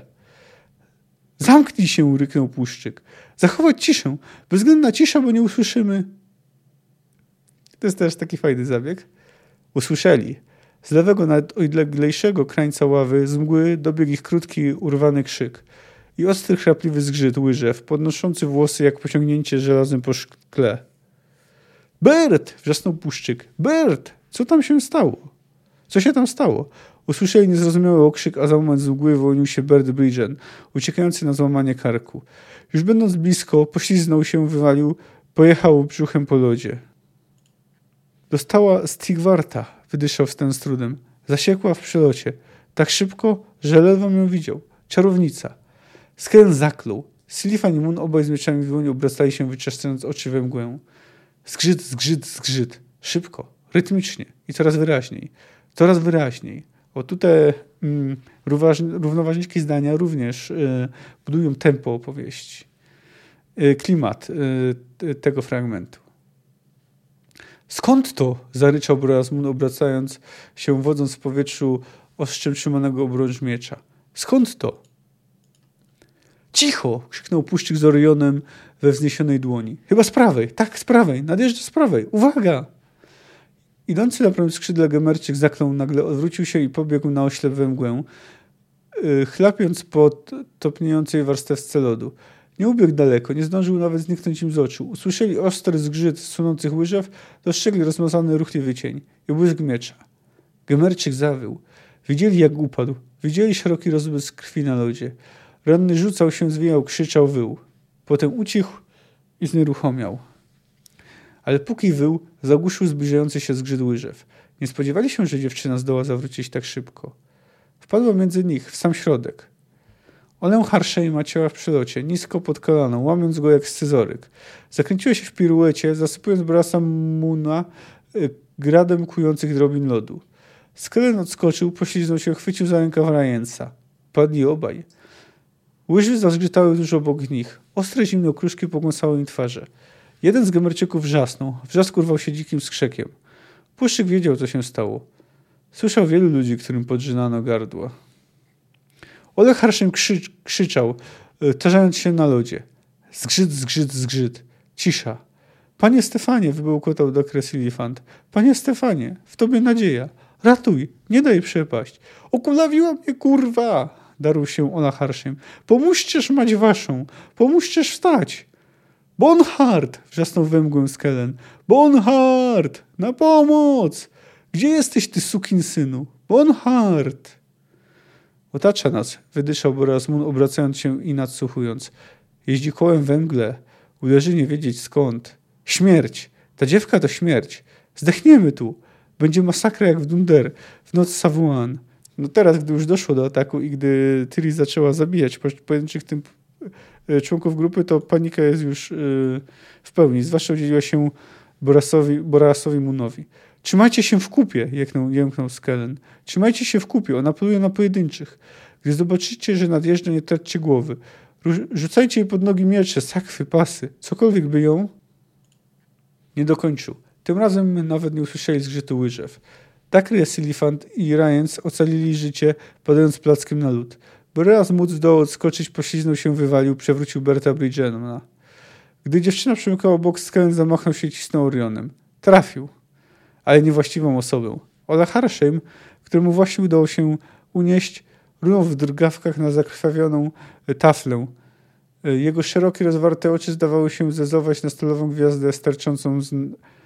Zamknij się! Ryknął Puszczyk. Zachować ciszę! Bezwzględna cisza, bo nie usłyszymy. To jest też taki fajny zabieg. Usłyszeli. Z lewego, najodleglejszego krańca ławy z mgły dobiegł ich krótki, urwany krzyk i ostry, chrapliwy zgrzyt łyżew, podnoszący włosy jak pociągnięcie żelazem po szkle. Bert! Wrzasnął Puszczyk. Bert! Co tam się stało? Co się tam stało? Usłyszeli niezrozumiały okrzyk, a za moment z mgły wyłonił się Bert Bridgen, uciekający na złamanie karku. Już będąc blisko, pośliznął się, wywalił, pojechał brzuchem po lodzie. Dostała Stigwarta, wydyszał Sten z trudem. Zasiekła w przelocie. Tak szybko, że ledwo ją widział. Czarownica. Skellen zaklął. Silifan i Moon obaj z mieczami w dłoni obracali się, wyczeszczając oczy we mgłę. Zgrzyt, zgrzyt, zgrzyt. Szybko, rytmicznie i coraz wyraźniej. Coraz wyraźniej. O tutaj mm, równoważniki zdania również y, budują tempo opowieści. Y, klimat y, tego fragmentu. Skąd to? Zaryczał Boreas Moon, obracając się, wodząc w powietrzu ostrzem trzymanego obrącz miecza. Skąd to? Cicho! Krzyknął Puszczyk z Orionem we wzniesionej dłoni. Chyba z prawej. Tak, z prawej. Nadjeżdża z prawej. Uwaga! Idący na prawym skrzydle Gemerczyk zaklął nagle, odwrócił się i pobiegł na oślep we mgłę, yy, chlapiąc po topniejącej warstewce lodu. Nie ubiegł daleko, nie zdążył nawet zniknąć im z oczu. Usłyszeli ostry zgrzyt sunących łyżew, dostrzegli rozmazany ruchliwy cień i błysk miecza. Gemerczyk zawył. Widzieli, jak upadł. Widzieli szeroki rozbłysk krwi na lodzie. Ranny rzucał się, zwijał, krzyczał, wył. Potem ucichł i znieruchomiał. Ale póki wył, zagłuszył zbliżający się zgrzyt łyżew. Nie spodziewali się, że dziewczyna zdoła zawrócić tak szybko. Wpadła między nich, w sam środek. Olę Harsheima ciała w przelocie, nisko pod kolaną, łamiąc go jak scyzoryk. Zakręciła się w piruecie, zasypując Boreasa Moona y, gradem kujących drobin lodu. Skelen odskoczył, pośliznął się, chwycił za rękaw Ryansa. Padli obaj. Łyżwy zazgrzytały tuż obok nich. Ostre zimne okruszki pogąsały im twarze. Jeden z Gemerczyków wrzasnął. Wrzask urwał się dzikim skrzekiem. Puszczyk wiedział, co się stało. Słyszał wielu ludzi, którym podrzynano gardła. Oleh Harsheim krzy, krzyczał, tarzając się na lodzie. Zgrzyt, zgrzyt, zgrzyt. Cisza. Panie Stefanie, wybełkotał doktor Silifant. Panie Stefanie, w tobie nadzieja. Ratuj, nie daj przepaść. Okulawiła mnie, kurwa! Darł się Oleh Harsheim. Pomóżcież mać waszą. Pomóżcież wstać. Bonhart! Wrzasnął we mgłę Skelen. Bonhart! Na pomoc! Gdzie jesteś, ty sukinsynu? Bonhart! Otacza nas, wydyszał Boreas Moon, obracając się i nadsłuchując. Jeździ kołem we mgle. Uderzy nie wiedzieć skąd. Śmierć! Ta dziewka to śmierć. Zdechniemy tu. Będzie masakra jak w Dunder, w noc Savuan. No teraz, gdy już doszło do ataku i gdy Tiri zaczęła zabijać pojedynczych tym członków grupy, to panika jest już yy, w pełni. Zwłaszcza udzieliła się Boreasowi, Boreasowi Moonowi. Trzymajcie się w kupie, jęknął, jęknął Skelen. Trzymajcie się w kupie, ona poluje na pojedynczych. Gdy zobaczycie, że nadjeżdża, nie traćcie głowy. Rzucajcie jej pod nogi miecze, sakwy, pasy. Cokolwiek by ją... Nie dokończył. Tym razem nawet nie usłyszeli zgrzytu łyżew. Dakry, Silifant i Ryans ocalili życie, padając plackiem na lód. Boreas móc zdołał odskoczyć, pośliznął się, wywalił, przewrócił Berta Bridgena. Gdy dziewczyna przemykała obok, Skelen zamachnął się i cisnął Orionem. Trafił, ale niewłaściwą osobę. Oleh Harsheim, któremu właśnie udało się unieść, runął w drgawkach na zakrwawioną taflę. Jego szerokie, rozwarte oczy zdawały się zezować na stalową gwiazdę sterczącą z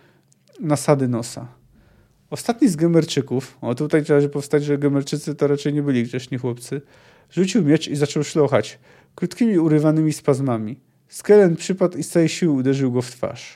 nasady nosa. Ostatni z Gemerczyków, o tutaj trzeba powstać, że Gemerczycy to raczej nie byli grzeczni chłopcy, rzucił miecz i zaczął szlochać, krótkimi, urywanymi spazmami. Skelen przypadł i z całej siły uderzył go w twarz.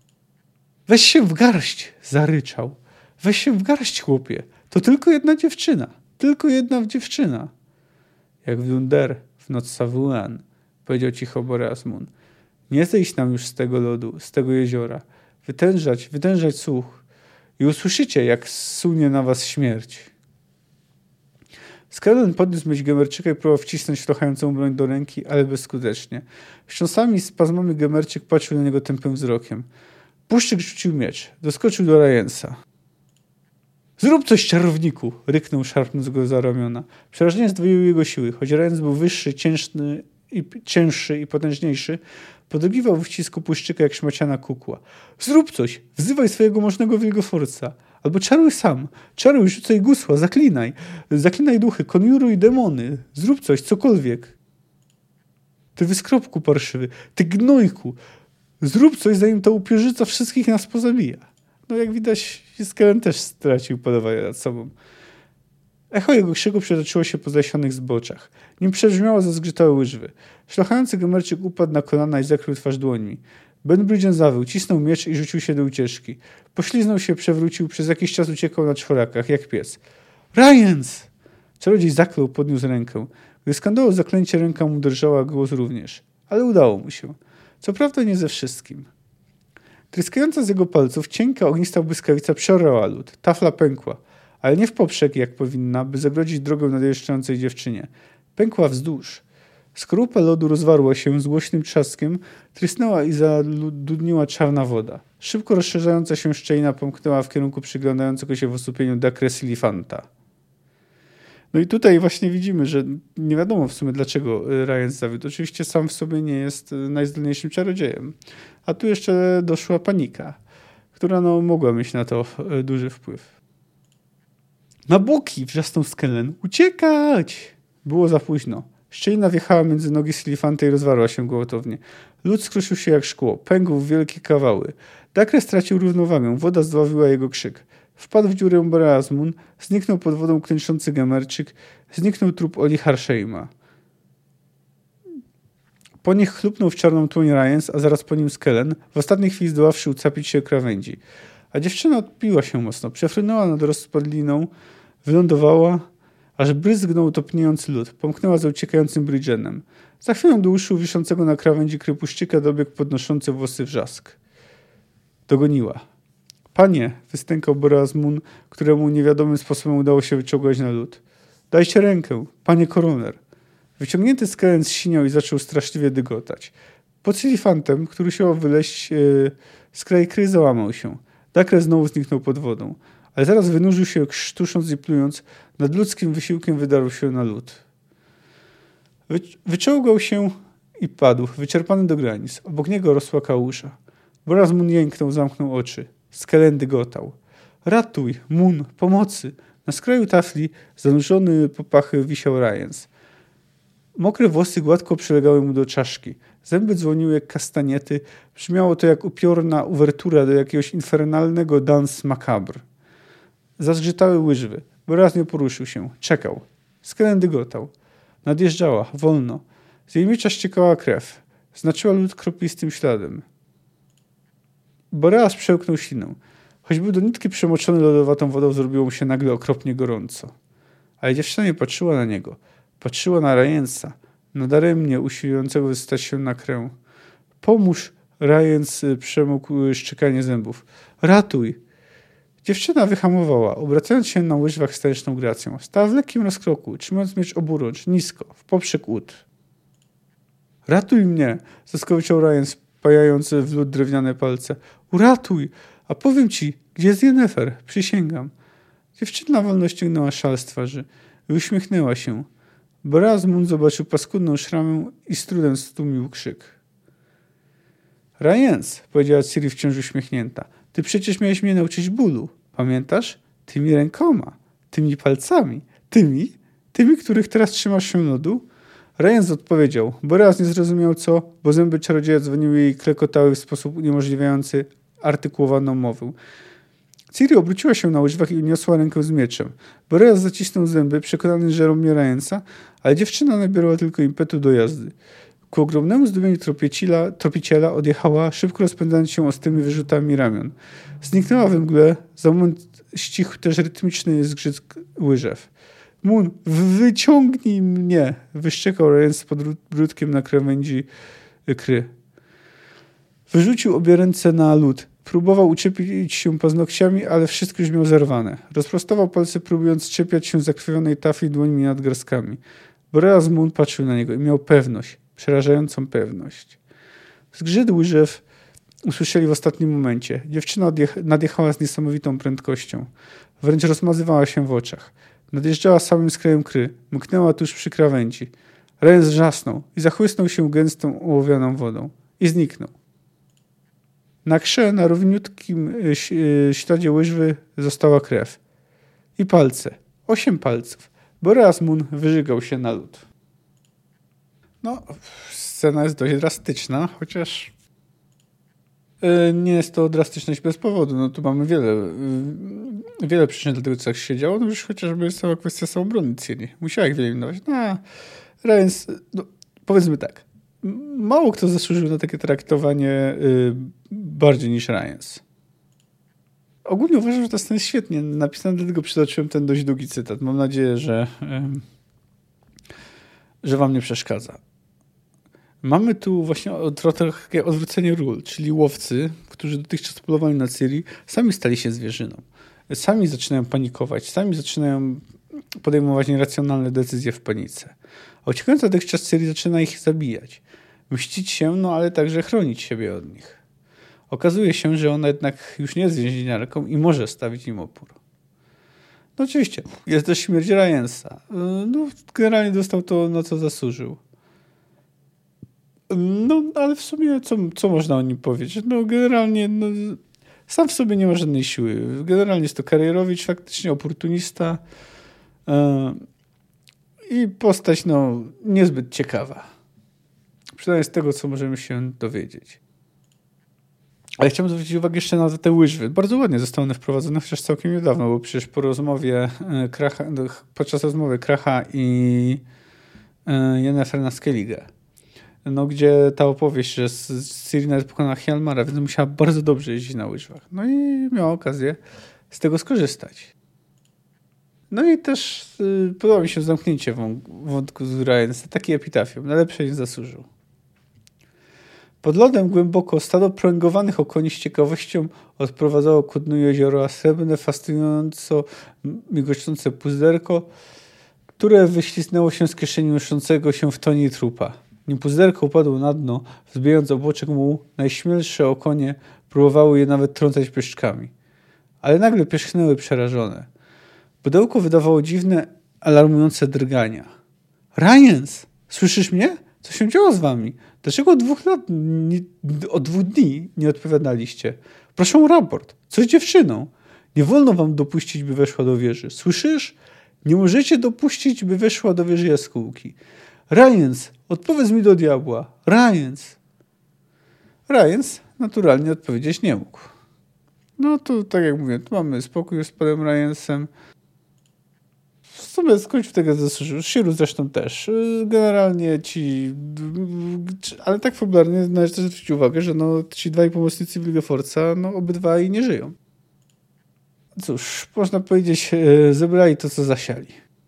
Weź się w garść, zaryczał. Weź się w garść, chłopie. To tylko jedna dziewczyna. Tylko jedna dziewczyna. Jak w Dunder, w noc Savuan, powiedział cicho Boreas Moon. Nie zejść nam już z tego lodu, z tego jeziora. Wytężać, wytężać słuch. I usłyszycie, jak zsunie na was śmierć. Skelen podniósł myśl Gemerczyka i próbował wcisnąć szlochającą broń do ręki, ale bezskutecznie. Wstrząsami i spazmami Gemerczyk patrzył na niego tępym wzrokiem. Puszczyk rzucił miecz. Doskoczył do Ryansa. Zrób coś, czarowniku! Ryknął, szarpnąc go za ramiona. Przerażenie zdwoiły jego siły. Choć Ryans był wyższy, cięższy i, cięższy i potężniejszy, podrygiwał w ścisku Puszczyka jak szmaciana kukła. Zrób coś! Wzywaj swojego możnego Wilgefortza. Albo czaruj sam. Czaruj, rzucaj gusła, zaklinaj. Zaklinaj duchy, konjuruj demony. Zrób coś, cokolwiek. Ty wyskropku parszywy. Ty gnojku. Zrób coś, zanim ta upierzyca wszystkich nas pozabija. No jak widać, Skelen też stracił panowanie nad sobą. Echo jego krzyku przetoczyło się po zlesionych zboczach. Nim przebrzmiało, zazgrzytały łyżwy. Szlochający Gemerczyk upadł na kolana i zakrył twarz dłońmi. Ben Bridgen zawył, cisnął miecz i rzucił się do ucieczki. Pośliznął się, przewrócił, przez jakiś czas uciekał na czworakach, jak pies. Ryans! Czarodziej zaklął, podniósł rękę. Gdy skandował zaklęcie, ręka mu drżała, głos również. ale udało mu się. Co prawda nie ze wszystkim. Tryskająca z jego palców cienka, ognista błyskawica przeorała lód. Tafla pękła, ale nie w poprzek, jak powinna, by zagrodzić drogę nadjeżdżającej dziewczynie. Pękła wzdłuż. Skorupa lodu rozwarła się z głośnym trzaskiem, trysnęła i zadudniła czarna woda. Szybko rozszerzająca się szczelina pomknęła w kierunku przyglądającego się w osłupieniu Dacre Silifanta. No i tutaj właśnie widzimy, że nie wiadomo w sumie dlaczego Ryan zawiódł. Oczywiście sam w sobie nie jest najzdolniejszym czarodziejem. A tu jeszcze doszła panika, która no, mogła mieć na to duży wpływ. Na boki! Wrzasnął Skellen. Uciekać! Było za późno. Szczelina wjechała między nogi Silifanta i rozwarła się gwałtownie. Lód skruszył się jak szkło. Pękł w wielkie kawały. Dacre stracił równowagę. Woda zdławiła jego krzyk. Wpadł w dziurę Boreas Moon, zniknął pod wodą klęczący Gemerczyk, zniknął trup Oli Harsheima. Po nich chlupnął w czarną tłoń Ryans, a zaraz po nim Skellen, w ostatniej chwili zdoławszy ucapić się krawędzi. A dziewczyna odpiła się mocno, przefrunęła nad rozpadliną, wylądowała, aż bryzgnął topniejący lód, pomknęła za uciekającym Bridgenem. Za chwilę do uszu wiszącego na krawędzi krypuszczyka dobiegł podnoszący włosy wrzask. Dogoniła. Panie, wystękał Boreas Moon, któremu niewiadomym sposobem udało się wyciągać na lód. Dajcie rękę, panie koroner. Wyciągnięty Skellen zsiniał i zaczął straszliwie dygotać. Pod Silifantem, który usiłował wyleźć yy, z kraju kry, załamał się. Dacre znowu zniknął pod wodą, ale zaraz wynurzył się, krztusząc i plując, nad ludzkim wysiłkiem wydarł się na lód. Wy, wyczołgał się i padł, wyczerpany do granic. Obok niego rosła kałuża. Boreas Moon jęknął, zamknął oczy. Skellen dygotał. Ratuj, Moon, pomocy. Na skraju tafli, zanurzony po pachy, wisiał Ryans. Mokre włosy gładko przylegały mu do czaszki. Zęby dzwoniły jak kastaniety. Brzmiało to jak upiorna uwertura do jakiegoś infernalnego dance macabre. Zazgrzytały łyżwy. Boreas nie poruszył się. Czekał. Skellen dygotał. Nadjeżdżała, wolno. Z jej miecza ściekała krew. Znaczyła lód kroplistym śladem. Boreas przełknął sinę. Choć był do nitki przemoczony lodowatą wodą, zrobiło mu się nagle okropnie gorąco. Ale dziewczyna nie patrzyła na niego. Patrzyła na Ryansa, nadaremnie usiłującego wystać się na krę. Pomóż! Ryans przemógł szczekanie zębów. Ratuj! Dziewczyna wyhamowała, obracając się na łyżwach z taneczną gracją. Stała w lekkim rozkroku, trzymając miecz oburącz, nisko, w poprzek ud. Ratuj mnie! Zaskoczył Ryans, pajając w lód drewniane palce. Uratuj! A powiem ci, gdzie jest Yennefer? Przysięgam. Dziewczyna wolno ściągnęła szal z twarzy i uśmiechnęła się. Boreas Moon zobaczył paskudną szramę i z trudem stłumił krzyk. Ryans, powiedziała Ciri wciąż uśmiechnięta, ty przecież miałeś mnie nauczyć bólu. Pamiętasz? Tymi rękoma, tymi palcami, tymi, tymi, których teraz trzymasz się lodu? Ryans odpowiedział. Boreas nie zrozumiał co, bo zęby czarodzieja dzwoniły i klekotały w sposób uniemożliwiający artykułowaną mowę. Ciri obróciła się na łyżwach i uniosła rękę z mieczem. Boreas zacisnął zęby, przekonany, że robi Ryansa, ale dziewczyna nabierała tylko impetu do jazdy. Ku ogromnemu zdumieniu tropiciela odjechała, szybko rozpędzając się ostrymi wyrzutami ramion. Zniknęła we mgle, za moment ścichł też rytmiczny zgrzyt łyżew. Moon, wyciągnij mnie! Wyszczekał Ryans z podbródkiem na krawędzi kry. Wyrzucił obie ręce na lód. Próbował uczepić się paznokciami, ale wszystko już miał zerwane. Rozprostował palce, próbując czepiać się zakrwawionej tafli dłońmi nad grstkami. Boreas Moon patrzył na niego i miał pewność, przerażającą pewność. Zgrzyt łyżew usłyszeli w ostatnim momencie. Dziewczyna odjech- nadjechała z niesamowitą prędkością. Wręcz rozmazywała się w oczach. Nadjeżdżała samym skrajem kry. Mknęła tuż przy krawędzi. Ryans wrzasnął i zachłysnął się gęstą, ołowianą wodą. I zniknął. Na krze, na równiutkim śladzie łyżwy została krew. I palce. Osiem palców. Boreas Moon wyżygał się na lód. No, scena jest dość drastyczna, chociaż yy, nie jest to drastyczność bez powodu. No tu mamy wiele, yy, wiele przyczyn do tego, co tak się działo. No już chociażby jest cała kwestia samoobrony Ciri. Musiała ich wyeliminować. No, Ryans, no, powiedzmy tak. Mało kto zasłużył na takie traktowanie yy, bardziej niż Ryans. Ogólnie uważam, że ta scena jest świetnie napisana, dlatego przytoczyłem ten dość długi cytat. Mam nadzieję, że, yy, że wam nie przeszkadza. Mamy tu właśnie trochę odwrócenie ról, czyli łowcy, którzy dotychczas polowali na Ciri, sami stali się zwierzyną. Sami zaczynają panikować, sami zaczynają podejmować nieracjonalne decyzje w panice. A uciekająca dotychczas Ciri zaczyna ich zabijać. Mścić się, no ale także chronić siebie od nich. Okazuje się, że ona jednak już nie jest więźniarką i może stawić im opór. No oczywiście, jest też śmierć Ryansa. No, generalnie dostał to, na co zasłużył. No, ale w sumie co, co można o nim powiedzieć? No, generalnie no, sam w sobie nie ma żadnej siły. Generalnie jest to karierowicz, faktycznie oportunista yy, i postać no, niezbyt ciekawa. Przynajmniej z tego, co możemy się dowiedzieć. Ale chciałbym zwrócić uwagę jeszcze na te łyżwy. Bardzo ładnie zostały one wprowadzone, chociaż całkiem niedawno, bo przecież po rozmowie Kracha, podczas rozmowy Kracha i Yennefer na Skellige, no, gdzie ta opowieść, że Ciri nawet pokonała Hjalmara, więc musiała bardzo dobrze jeździć na łyżwach. No i miała okazję z tego skorzystać. No i też y, podoba mi się zamknięcie wątku z Ryansa. Taki epitafium. Najlepsze nie zasłużył. Pod lodem głęboko stado pręgowanych okoni z ciekawością odprowadzało ku dnu jeziora srebrne, fascynująco migocące puzderko, które wyślizgnęło się z kieszeni noszącego się w toni trupa. Nim puzderko upadło na dno, wzbijając obłoczek mułu, najśmielsze okonie próbowały je nawet trącać pyszczkami. Ale nagle pierzchnęły przerażone. Pudełko wydawało dziwne, alarmujące drgania. Ryans! Słyszysz mnie? Co się działo z wami? Dlaczego od dwóch lat, nie, od dwóch dni nie odpowiadaliście? Proszę o raport. Co z dziewczyną? Nie wolno wam dopuścić, by weszła do wieży. Słyszysz? Nie możecie dopuścić, by weszła do wieży jaskółki. Ryans, odpowiedz mi do diabła. Ryans. Ryans naturalnie odpowiedzieć nie mógł. No to tak jak mówię, tu mamy spokój z panem Ryansem. W sumie skończył tego zasłużył. Shiru zresztą też. Generalnie ci... Ale tak fabularnie należy też zwrócić uwagę, że no, ci dwaj pomocnicy Wilgefortza, no obydwaj nie żyją. Cóż, można powiedzieć, zebrali to, co zasiali.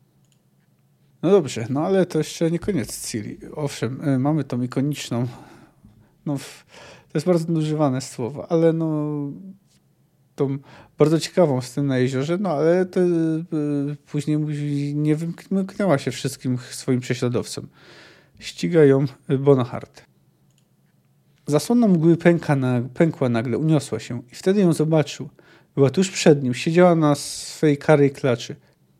No dobrze, no ale to jeszcze nie koniec Ciri. Owszem, mamy tą ikoniczną, no to jest bardzo nadużywane słowo, ale no tą bardzo ciekawą scenę na jeziorze, no ale to y, później nie wymknęła się wszystkim swoim prześladowcom. Ściga ją Bonahart. Zasłona mgły pęka na, pękła nagle, uniosła się i wtedy ją zobaczył. Była tuż przed nim, siedziała na swej karej klaczy.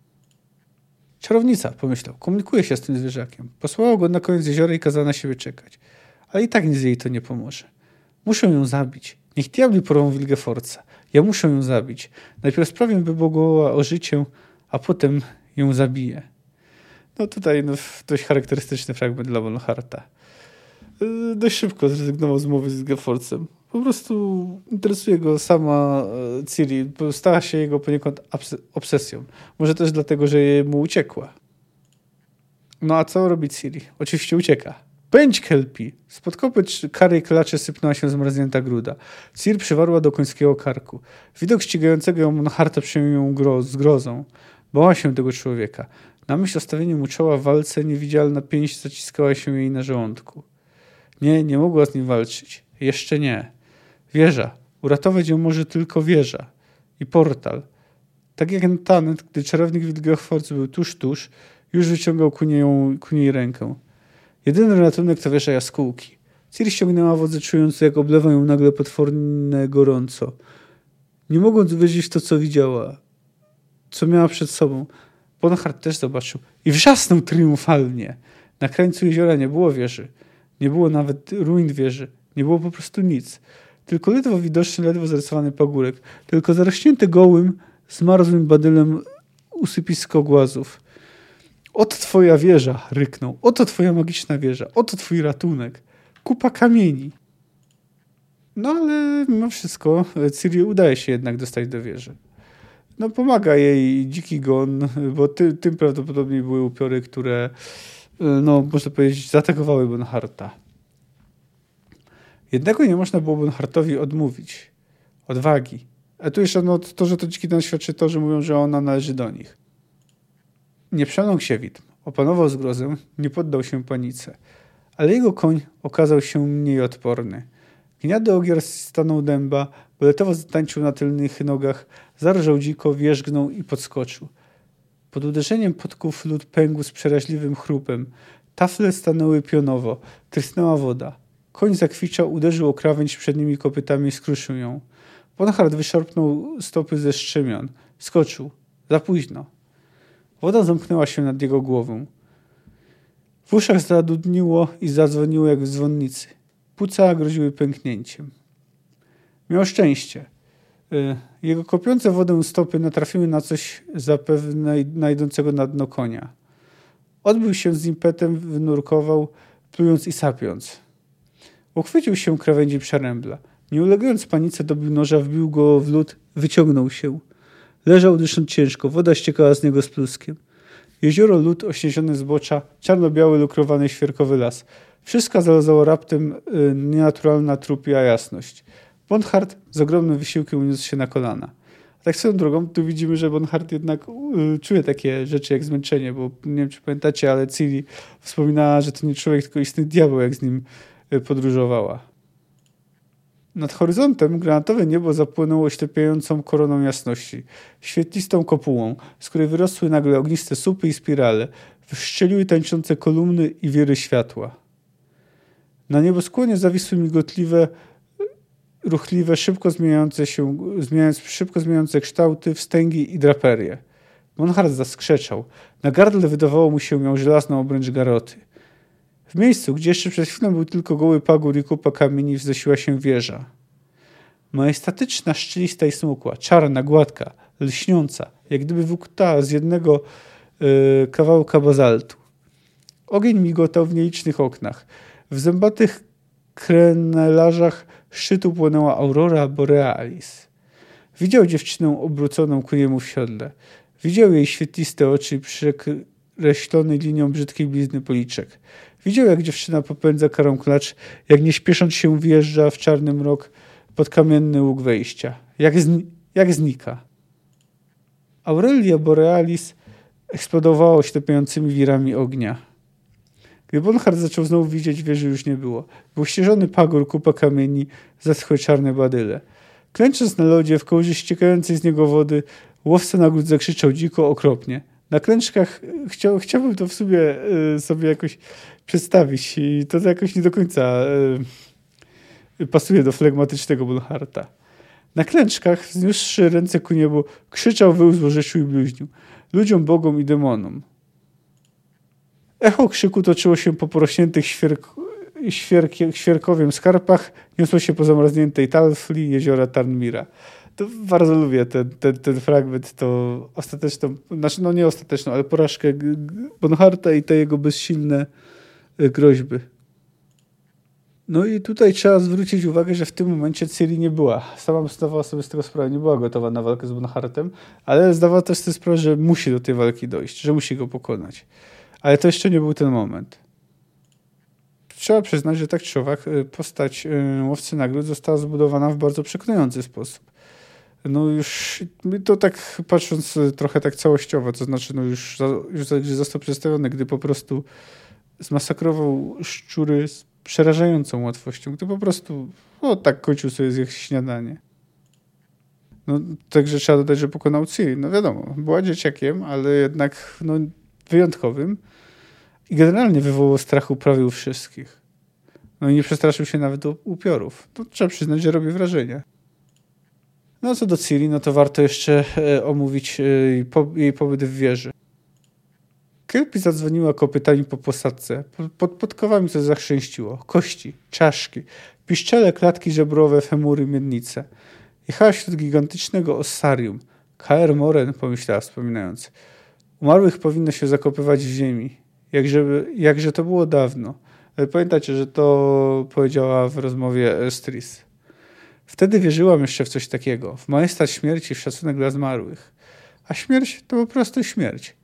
Czarownica, pomyślał, komunikuje się z tym zwierzakiem. Posłała go na koniec jeziora i kazała na siebie czekać. Ale i tak nic jej to nie pomoże. Muszę ją zabić. Niech diabli porwą Wilgefortza. Ja muszę ją zabić. Najpierw sprawię, by bogoła o życie, a potem ją zabiję. No tutaj no, dość charakterystyczny fragment dla Bonaharta. Yy, dość szybko zrezygnował z umowy z Wilgefortzem. Po prostu interesuje go sama Ciri. Stała się jego poniekąd obsesją. Może też dlatego, że mu uciekła. No a co robi Ciri? Oczywiście ucieka. Pędź, Kelpi! Spod kopyt karej klaczy sypnęła się zmarznięta gruda. Ciri przywarła do końskiego karku. Widok ścigającego ją Bonaharta przyjął ją gro zgrozą. Bała się tego człowieka. Na myśl o stawieniu mu czoła w walce niewidzialna pięść zaciskała się jej na żołądku. Nie, nie mogła z nim walczyć. Jeszcze nie. Wieża. Uratować ją może tylko wieża. I portal. Tak jak Tanet, gdy czarownik Wilgefortz był tuż, tuż, już wyciągał ku, niej, ku niej rękę. Jedyny ratunek to wieża jaskółki. Ciri ściągnęła wodę, czując, jak oblewa ją nagle potworne gorąco. Nie mogąc uwierzyć w to, co widziała, co miała przed sobą, Bonahart też zobaczył i wrzasnął triumfalnie. Na krańcu jeziora nie było wieży. Nie było nawet ruin wieży. Nie było po prostu nic. Tylko ledwo widoczny, ledwo zarysowany pagórek. Tylko zarośnięty gołym, zmarzłym badylem usypisko głazów. Oto twoja wieża, ryknął. Oto twoja magiczna wieża. Oto twój ratunek. Kupa kamieni. No ale mimo wszystko Ciri udaje się jednak dostać do wieży. No pomaga jej dziki gon, bo ty, tym prawdopodobnie były upiory, które no można powiedzieć zaatakowały Bonaharta. Jednego nie można było Bonhartowi odmówić. Odwagi. A tu jeszcze no, to, że to dziki gon świadczy to, że mówią, że ona należy do nich. Nie przełąkł się widm. Opanował zgrozę, nie poddał się panice. ale jego koń okazał się mniej odporny. Gniady ogier stanął dęba, boletowo zatańczył na tylnych nogach, zarżał dziko, wierzgnął i podskoczył. Pod uderzeniem podków lód pękł z przeraźliwym chrupem. Tafle stanęły pionowo, trysnęła woda. Koń zakwiczał, uderzył o krawędź przednimi kopytami i skruszył ją. Bonhart wyszarpnął stopy ze strzemion. Skoczył. Za późno. Woda zamknęła się nad jego głową. W uszach zadudniło i zadzwoniło jak w dzwonnicy. Płuca groziły pęknięciem. Miał szczęście. Jego kopiące wodę stopy natrafiły na coś zapewne najdącego na dno konia. Odbił się z impetem, wynurkował, plując i sapiąc. Uchwycił się krawędzi przerębla. Nie ulegając panice, dobił noża, wbił go w lód, wyciągnął się. Leżał, dysząc ciężko, woda ściekała z niego z pluskiem. Jezioro, lód, ośnieżone zbocza, czarno-biały, lukrowany świerkowy las. Wszystko zalazało raptem y, nienaturalna trupia jasność. Bonhart z ogromnym wysiłkiem uniósł się na kolana. A tak swoją drogą, tu widzimy, że Bonhart jednak y, czuje takie rzeczy jak zmęczenie, bo nie wiem, czy pamiętacie, ale Ciri wspominała, że to nie człowiek, tylko istny diabeł, jak z nim y, podróżowała. Nad horyzontem granatowe niebo zapłynęło oślepiającą koroną jasności, świetlistą kopułą, z której wyrosły nagle ogniste słupy i spirale, wyszczeliły tańczące kolumny i wiry światła. Na nieboskłonie zawisły migotliwe, ruchliwe, szybko zmieniające się, zmieniając, szybko zmieniające kształty, wstęgi i draperie. Bonhart zaskrzeczał. Na gardle wydawało mu się miał żelazną obręcz garoty. W miejscu, gdzie jeszcze przed chwilą był tylko goły pagór i kupa kamieni, wznosiła się wieża. Majestatyczna, szczelista i smukła, czarna, gładka, lśniąca, jak gdyby wykuta z jednego yy, kawałka bazaltu. Ogień migotał w nielicznych oknach. W zębatych krenelarzach szczytu płonęła aurora borealis. Widział dziewczynę obróconą ku niemu w siodle. Widział jej świetliste oczy i przekreślony linią brzydkiej blizny policzek. Widział, jak dziewczyna popędza karą klacz, jak nie śpiesząc się wjeżdża w czarny mrok pod kamienny łuk wejścia. Jak, zni- jak znika. Aurelia borealis eksplodowała oślepiającymi wirami ognia. Gdy Bonhart zaczął znowu widzieć, wieży już nie było. Był ścieżony pagór, kupa kamieni, zaschłe czarne badyle. Klęcząc na lodzie, w kołży ściekającej z niego wody, łowca nagród zakrzyczał dziko, okropnie. Na klęczkach chciał, chciałbym to w sumie y, sobie jakoś przedstawić i to jakoś nie do końca y, pasuje do flegmatycznego Bonharta. Na klęczkach, wzniósłszy ręce ku niebu, krzyczał, wył, złorzeszył i bluźnił. Ludziom, bogom i demonom. Echo krzyku toczyło się po porośniętych świerk, świerkie, świerkowiem skarpach, niosło się po zamarzniętej Talfli jeziora Tarnmira. To bardzo lubię ten, ten, ten fragment, to ostateczną, znaczy no nie ostateczną, ale porażkę Bonharta i te jego bezsilne groźby. No i tutaj trzeba zwrócić uwagę, że w tym momencie Ciri nie była. Sama zdawała sobie z tego sprawę, nie była gotowa na walkę z Bonhartem, ale zdawała też sobie sprawę, że musi do tej walki dojść, że musi go pokonać. Ale to jeszcze nie był ten moment. Trzeba przyznać, że tak czy owak postać Łowcy Nagród została zbudowana w bardzo przekonujący sposób. No już to tak patrząc trochę tak całościowo, to znaczy no już, już gdy został przedstawiony, gdy po prostu zmasakrował szczury z przerażającą łatwością, gdy po prostu o, tak kończył sobie zjeść śniadanie. No także trzeba dodać, że pokonał Ciri. No wiadomo, była dzieciakiem, ale jednak no, wyjątkowym i generalnie wywołał strachu prawie u wszystkich. No i nie przestraszył się nawet u upiorów. To trzeba przyznać, że robi wrażenie. No a co do Ciri, no to warto jeszcze e, omówić e, po, jej pobyt w wieży. Kelpie zadzwoniła kopytami po posadzce. Pod, pod podkowami coś zachrzęściło. Kości, czaszki, piszczele, klatki żebrowe, femury, miednice. Jechała wśród gigantycznego ossarium. Kaer Morhen, pomyślała wspominając. Umarłych powinno się zakopywać w ziemi. Jakże, jakże to było dawno. Ale pamiętacie, że to powiedziała w rozmowie z Tris. Wtedy wierzyłam jeszcze w coś takiego. W majestat śmierci, w szacunek dla zmarłych. A śmierć to po prostu śmierć.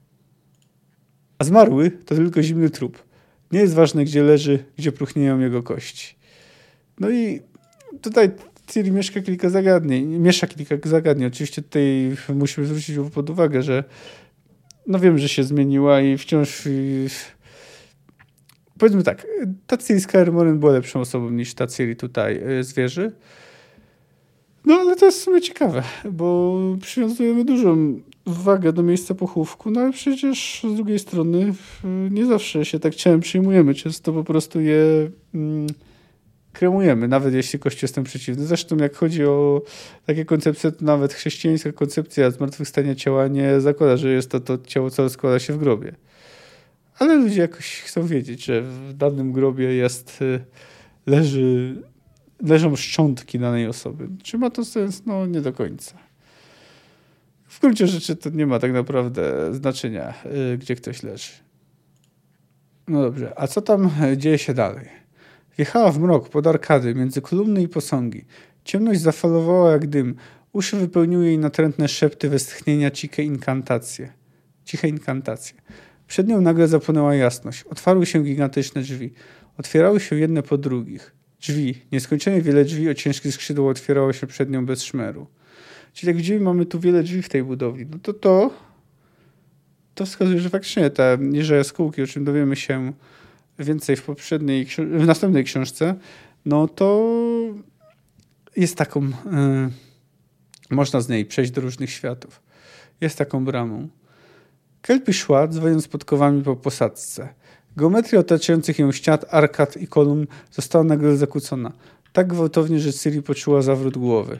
A zmarły to tylko zimny trup. Nie jest ważne, gdzie leży, gdzie próchnieją jego kości. No i tutaj Ciri mieszka kilka zagadnień. Miesza kilka zagadnień. Oczywiście tutaj musimy zwrócić pod uwagę, że no wiem, że się zmieniła i wciąż powiedzmy tak, ta Ciri z Kaer Morhen była lepszą osobą niż ta Ciri tutaj z wieży. No ale to jest w sumie ciekawe, bo przywiązujemy dużą wagę do miejsca pochówku, no ale przecież z drugiej strony nie zawsze się tak ciałem przyjmujemy, często po prostu je mm, kremujemy, nawet jeśli Kościół jest tym przeciwny. Zresztą jak chodzi o takie koncepcje, to nawet chrześcijańska koncepcja zmartwychwstania ciała nie zakłada, że jest to to ciało, co składa się w grobie. Ale ludzie jakoś chcą wiedzieć, że w danym grobie jest, leży, leżą szczątki danej osoby. Czy ma to sens? No nie do końca. W gruncie rzeczy to nie ma tak naprawdę znaczenia, gdzie ktoś leży. No dobrze, a co tam dzieje się dalej? Wjechała w mrok pod arkady między kolumny i posągi. Ciemność zafalowała jak dym. Uszy wypełniły jej natrętne szepty westchnienia, ciche inkantacje. Ciche inkantacje. Przed nią nagle zapłonęła jasność. Otwarły się gigantyczne drzwi. Otwierały się jedne po drugich. Drzwi. Nieskończenie wiele drzwi o ciężkie skrzydło otwierało się przed nią bez szmeru. Czyli jak widzimy, mamy tu wiele drzwi w tej budowli. No to to, to wskazuje, że faktycznie te niże jaskółki, o czym dowiemy się więcej w poprzedniej, w następnej książce, no to jest taką, yy, można z niej przejść do różnych światów. Jest taką bramą. Kelpie szła, dzwoniąc podkowami po posadzce. Geometria otaczających ją ścian, arkad i kolumn została nagle zakłócona. Tak gwałtownie, że Ciri poczuła zawrót głowy.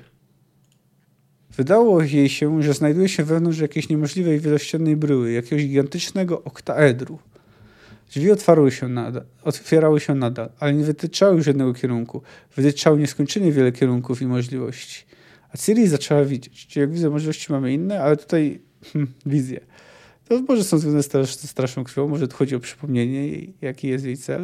Wydało jej się, że znajduje się wewnątrz jakiejś niemożliwej wielościennej bryły, jakiegoś gigantycznego oktaedru. Drzwi otwarły się nadal, otwierały się nadal, ale nie wytyczały już jednego kierunku. Wytyczały nieskończenie wiele kierunków i możliwości. A Ciri zaczęła widzieć. Czyli jak widzę, możliwości mamy inne, ale tutaj hmm, wizje. To może są związane z straszną krwią, może tu chodzi o przypomnienie jej, jaki jest jej cel.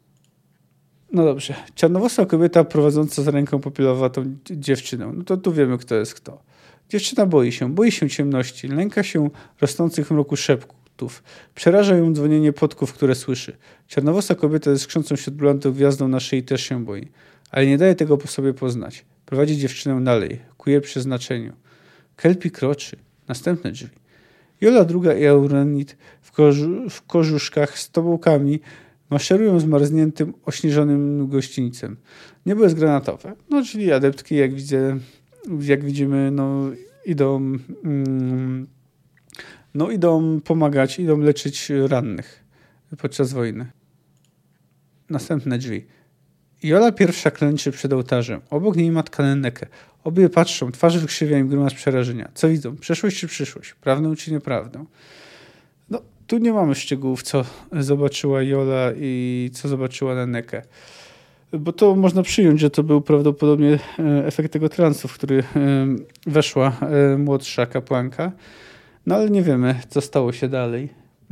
No dobrze. Czarnowłosa kobieta prowadząca za ręką popielowatą dziewczynę. No to tu wiemy, kto jest kto. Dziewczyna boi się, boi się ciemności, lęka się rosnących w mroku szeptów. Przeraża ją dzwonienie podków, które słyszy. Czarnowłosa kobieta ze skrzącą się od brylantów gwiazdą na szyi też się boi. Ale nie daje tego po sobie poznać. Prowadzi dziewczynę dalej, ku jej przeznaczeniu. Kelpie kroczy. Następne drzwi. Jola druga i Euronit w, kożu, w kożuszkach z tobołkami maszerują zmarzniętym, ośnieżonym gościńcem. Niebo jest granatowe. No, czyli adeptki, jak widzę, jak widzimy, no, idą, mm, no, idą pomagać, idą leczyć rannych podczas wojny. Następne drzwi. Jola pierwsza klęczy przed ołtarzem. Obok niej matka Nenneke. Obie patrzą, twarz wykrzywia im grymas przerażenia. Co widzą? Przeszłość czy przyszłość? Prawdę czy nieprawdę? No, tu nie mamy szczegółów, co zobaczyła Jola i co zobaczyła Nenneke. Bo to można przyjąć, że to był prawdopodobnie efekt tego transu, w który weszła młodsza kapłanka. No ale nie wiemy, co stało się dalej.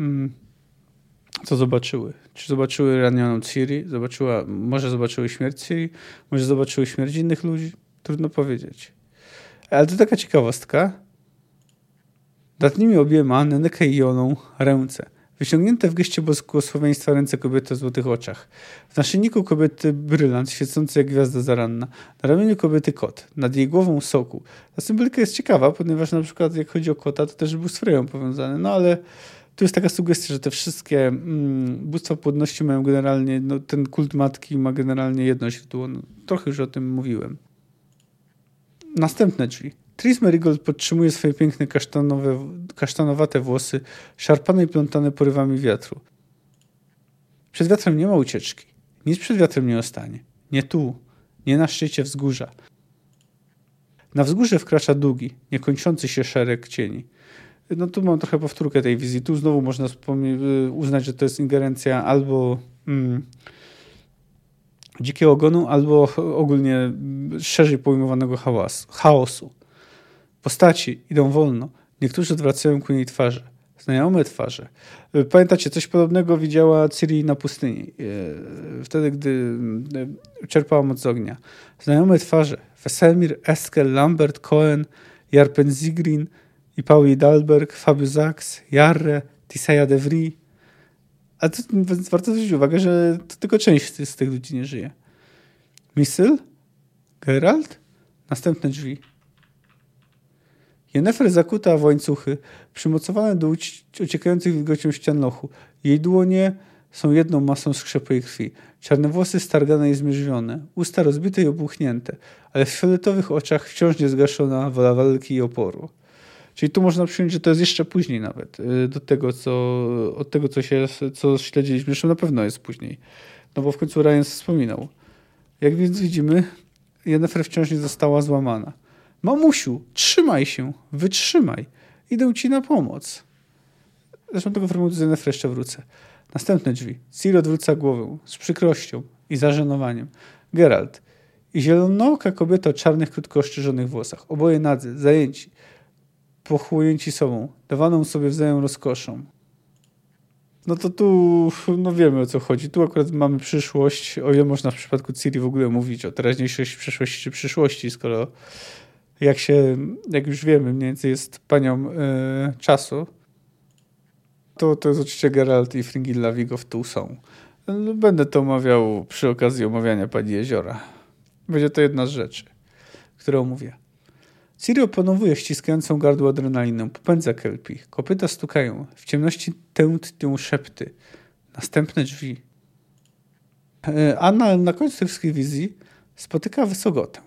Co zobaczyły? Czy zobaczyły ranioną Ciri? Zobaczyła, może zobaczyły śmierć Ciri? Może zobaczyły śmierć innych ludzi? Trudno powiedzieć. Ale to taka ciekawostka. Nad nimi obiema, Nenneke i Jolą, ręce. Wyciągnięte w geście błogosławieństwa ręce kobiety o złotych oczach. W naszyjniku kobiety brylant, świecący jak gwiazda zaranna. Na ramieniu kobiety kot. Nad jej głową sokół. Ta symbolika jest ciekawa, ponieważ na przykład jak chodzi o kota, to też był z Freją powiązany. No ale tu jest taka sugestia, że te wszystkie mm, bóstwa płodności mają generalnie, no, ten kult matki ma generalnie jedno źródło. No, trochę już o tym mówiłem. Następne drzwi. Tris Merigold podtrzymuje swoje piękne kasztanowe, kasztanowate włosy, szarpane i plątane porywami wiatru. Przed wiatrem nie ma ucieczki. Nic przed wiatrem nie ostanie. Nie tu. Nie na szczycie wzgórza. Na wzgórze wkracza długi, niekończący się szereg cieni. No tu mam trochę powtórkę tej wizji. Tu znowu można uznać, że to jest ingerencja albo mm, dzikiego ogonu, albo ogólnie szerzej pojmowanego hałasu, chaosu. Postaci idą wolno. Niektórzy odwracają ku niej twarze. Znajome twarze. Pamiętacie, coś podobnego widziała Ciri na pustyni. Wtedy, gdy czerpała moc z ognia. Znajome twarze. Weselmir, Eskel, Lambert, Cohen, Jarpen Zigrin, i Pauli Dalberg, Fabius Zax, Jarre, Tissaia de Vries. Ale to, warto zwrócić uwagę, że to tylko część z tych ludzi nie żyje. Misyl? Geralt? Następne drzwi. Yennefer zakuta w łańcuchy, przymocowane do uciekających wilgocią ścian lochu. Jej dłonie są jedną masą skrzepłej krwi. Czarne włosy stargane i zmierzwione, usta rozbite i opuchnięte, ale w fioletowych oczach wciąż niezgaszona wola walki i oporu. Czyli tu można przyjąć, że to jest jeszcze później nawet, do tego, co, od tego, co, się, co śledziliśmy. Zresztą na pewno jest później, no bo w końcu Ryan wspominał. Jak więc widzimy, Yennefer wciąż nie została złamana. Mamusiu, trzymaj się, wytrzymaj, idę ci na pomoc. Zresztą do tego fragmentu z Yennefer jeszcze wrócę. Następne drzwi. Ciri odwróca głowę z przykrością i zażenowaniem. Geralt i zielonooka kobieta o czarnych, krótko ostrzyżonych włosach. Oboje nadzy, zajęci, pochłonięci sobą, dawaną sobie wzajem rozkoszą. No to tu no wiemy, o co chodzi. Tu akurat mamy przyszłość, o ile można w przypadku Ciri w ogóle mówić o teraźniejszości, przeszłości czy przyszłości, skoro jak się, jak już wiemy, mniej więcej jest panią e, czasu, to, to jest oczywiście Geralt i Fringilla Vigoff tu są. Będę to omawiał przy okazji omawiania Pani Jeziora. Będzie to jedna z rzeczy, którą mówię. Ciri opanowuje ściskającą gardło adrenalinę, popędza Kelpi. Kopyta stukają. W ciemności tętnią szepty. Następne drzwi. Anna na końcu tej wszystkich wizji spotyka Wysogotę.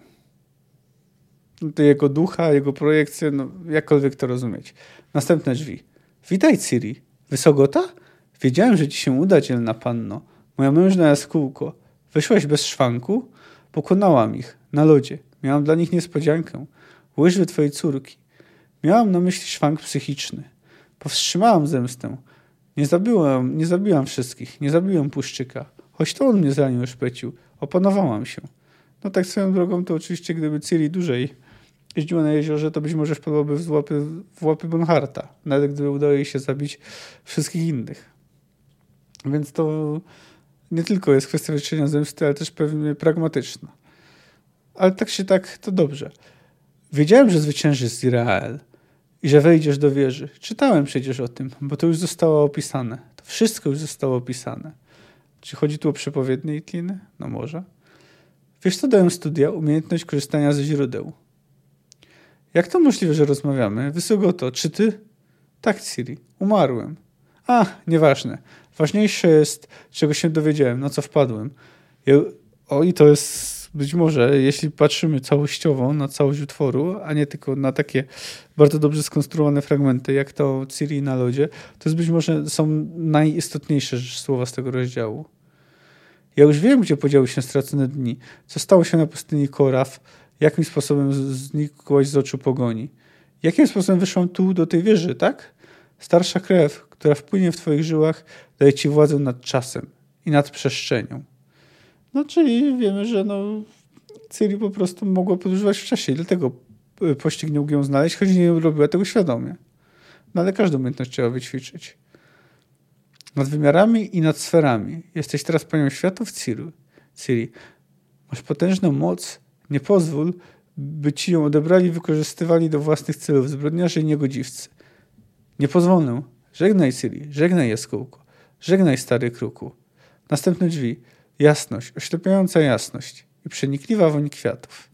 Jego ducha, jego projekcję, no jakkolwiek to rozumieć. Następne drzwi. Witaj, Ciri. Wysogota? Wiedziałem, że ci się uda, dzielna panno. Moja mężna jaskółko. Wyszłaś bez szwanku? Pokonałam ich. Na lodzie. Miałam dla nich niespodziankę. Łyżwy twojej córki. Miałam na myśli szwank psychiczny. Powstrzymałam zemstę. Nie zabiłam, nie zabiłam wszystkich. Nie zabiłam Puszczyka. Choć to on mnie zranił szpecił. Opanowałam się. No tak swoją drogą to oczywiście gdyby Ciri dłużej jeździła na jeziorze, to być może wpadłaby w łapy, w łapy Bonharta. Nawet gdyby udało jej się zabić wszystkich innych. Więc to nie tylko jest kwestia wyczenia zemsty, ale też pewnie pragmatyczna. Ale tak się tak, to dobrze. Wiedziałem, że zwyciężysz Zirael i że wejdziesz do wieży. Czytałem przecież o tym, bo to już zostało opisane. To wszystko już zostało opisane. Czy chodzi tu o przepowiednie i tliny? No może. Wiesz, co dają studia? Umiejętność korzystania ze źródeł. Jak to możliwe, że rozmawiamy? Wysogoto, czy ty? Tak, Ciri. Umarłem. A, nieważne. Ważniejsze jest, czego się dowiedziałem, na co wpadłem. Ja, o, i to jest być może, jeśli patrzymy całościowo na całość utworu, a nie tylko na takie bardzo dobrze skonstruowane fragmenty, jak to Ciri na lodzie, to jest być może są najistotniejsze słowa z tego rozdziału. Ja już wiem, gdzie podziały się stracone dni, co stało się na pustyni Koraf, jakim sposobem znikłaś z oczu pogoni. Jakim sposobem wyszłam tu do tej wieży, tak? Starsza krew, która wpłynie w twoich żyłach, daje ci władzę nad czasem i nad przestrzenią. No, czyli wiemy, że no, Ciri po prostu mogła podróżować w czasie i dlatego pościg nie mógł ją znaleźć, choć nie robiła tego świadomie. No, ale każdą umiejętność trzeba wyćwiczyć. Nad wymiarami i nad sferami. Jesteś teraz panią światów, Ciri. Ciri. Masz potężną moc. Nie pozwól, by ci ją odebrali i wykorzystywali do własnych celów zbrodniarze i niegodziwcy. Nie pozwolę. Żegnaj, Ciri. Żegnaj, jaskółko. Żegnaj, stary kruku. Następne drzwi. Jasność. Oślepiająca jasność. I przenikliwa woń kwiatów.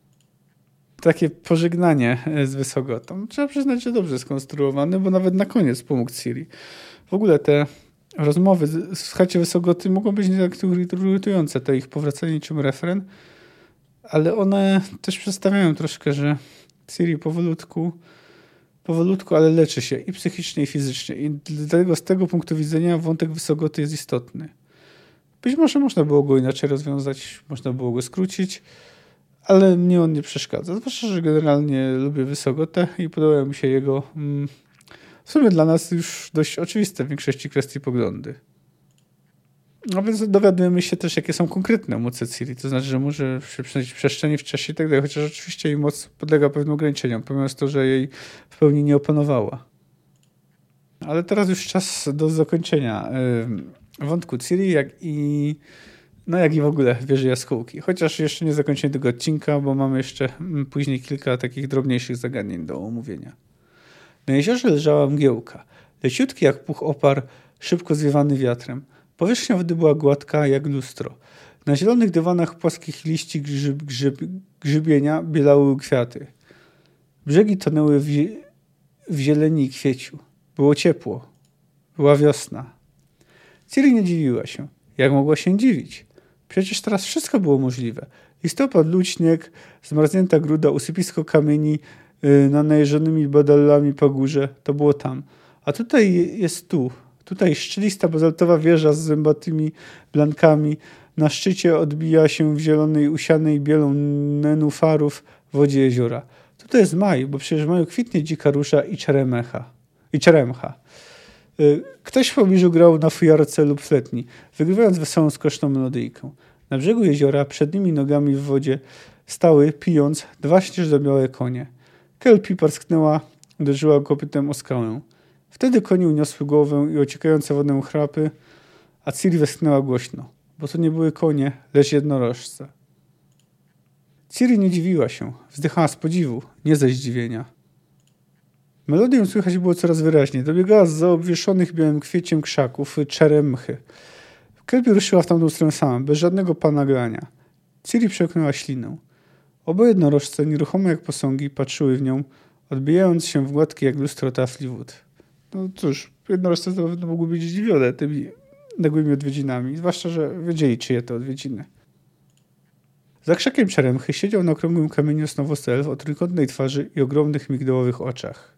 Takie pożegnanie z Wysogotą. Trzeba przyznać, że dobrze skonstruowane, bo nawet na koniec pomógł Ciri. W ogóle te rozmowy w chacie Wysogoty mogą być nie tak irytujące, to ich powracanie niczym refren, ale one też przedstawiają troszkę, że Ciri powolutku, powolutku, ale leczy się i psychicznie, i fizycznie. I dlatego z tego punktu widzenia wątek Wysogoty jest istotny. Być może można było go inaczej rozwiązać, można było go skrócić, ale mnie on nie przeszkadza. Zwłaszcza, że generalnie lubię Wysogotę i podobają mi się jego mm, w sumie dla nas już dość oczywiste w większości kwestii poglądy. A więc dowiadujemy się też, jakie są konkretne moce Ciri. To znaczy, że może się przenosić w przestrzeni, w czasie i tak dalej. Chociaż oczywiście jej moc podlega pewnym ograniczeniom, pomimo to, że jej w pełni nie opanowała. Ale teraz już czas do zakończenia yy, wątku Ciri, jak i no jak i w ogóle wieży jaskółki. Chociaż jeszcze nie zakończenie tego odcinka, bo mamy jeszcze później kilka takich drobniejszych zagadnień do omówienia. Na jeziorze leżała mgiełka. Leciutki jak puch opar, szybko zwiewany wiatrem. Powierzchnia wody była gładka jak lustro. Na zielonych dywanach płaskich liści grzyb, grzyb, grzybienia bielały kwiaty. Brzegi tonęły w, w zieleni i kwieciu. Było ciepło. Była wiosna. Ciri nie dziwiła się. Jak mogła się dziwić? Przecież teraz wszystko było możliwe. Listopad, lód, śnieg, zmarznięta gruda, usypisko kamieni yy, na najeżonymi badalami po górze. To było tam. A tutaj jest tu. Tutaj szczelista bazaltowa wieża z zębatymi blankami. Na szczycie odbija się w zielonej, usianej bielą nenufarów w wodzie jeziora. Tutaj jest maj, bo przecież w maju kwitnie dzika róża i czeremecha. I czeremcha. Ktoś w pobliżu grał na fujarce lub fletni, wygrywając wesołą, skoczną melodyjkę. Na brzegu jeziora, przednimi nogami w wodzie, stały, pijąc, dwa śnieżno-białe konie. Kelpi parsknęła, uderzyła kopytem o skałę. Wtedy konie uniosły głowę i ociekające wodę chrapy, a Ciri westchnęła głośno, bo to nie były konie, lecz jednorożce. Ciri nie dziwiła się, wzdychała z podziwu, nie ze zdziwienia. Melodię słychać było coraz wyraźniej. Dobiegała z zaobwieszonych białym kwieciem krzaków czeremchy. Kelpi ruszyła w tamtą stronę sama, bez żadnego panagrania. Ciri przełknęła ślinę. Oba jednorożce, nieruchome jak posągi, patrzyły w nią, odbijając się w gładkie jak lustro tafli wód. No cóż, jednorożce to pewno mogły być zdziwione tymi nagłymi odwiedzinami, zwłaszcza, że wiedzieli, czyje to odwiedziny. Za krzakiem czeremchy siedział na okrągłym kamieniu snowoself o trójkątnej twarzy i ogromnych migdałowych oczach.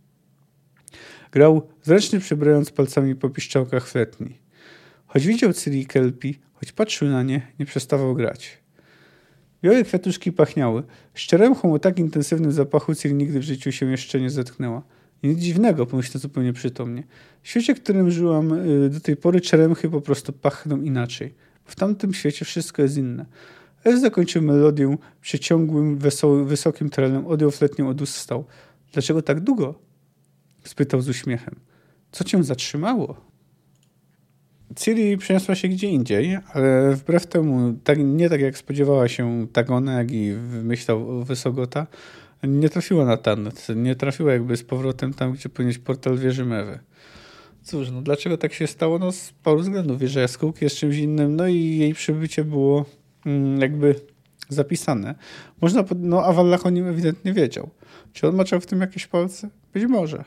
Grał, zręcznie przybrając palcami po piszczałkach fletni. Choć widział Ciri i Kelpi, choć patrzył na nie, nie przestawał grać. Białe kwiatuszki pachniały. Z czeremchą o tak intensywnym zapachu Ciri nigdy w życiu się jeszcze nie zetknęła. I nic dziwnego, pomyślę zupełnie przytomnie. W świecie, w którym żyłam do tej pory, czeremchy po prostu pachną inaczej. W tamtym świecie wszystko jest inne. Elf zakończył melodię przeciągłym, wesołym, wysokim trelem, odjął fletnią od ust, wstał. Dlaczego tak długo? Spytał z uśmiechem. Co cię zatrzymało? Ciri przeniosła się gdzie indziej, ale wbrew temu, tak, nie tak jak spodziewała się Dagona, jak i myślał Wysogota, nie trafiła na Tannet. Nie trafiła jakby z powrotem tam, gdzie powinien być portal wieży Mewy. Cóż, no dlaczego tak się stało? No z paru względów. Wieża jaskółki jest czymś innym, no i jej przybycie było mm, jakby zapisane. Można, pod... no a Wallach o nim ewidentnie wiedział. Czy on maczał w tym jakieś palce? Być może.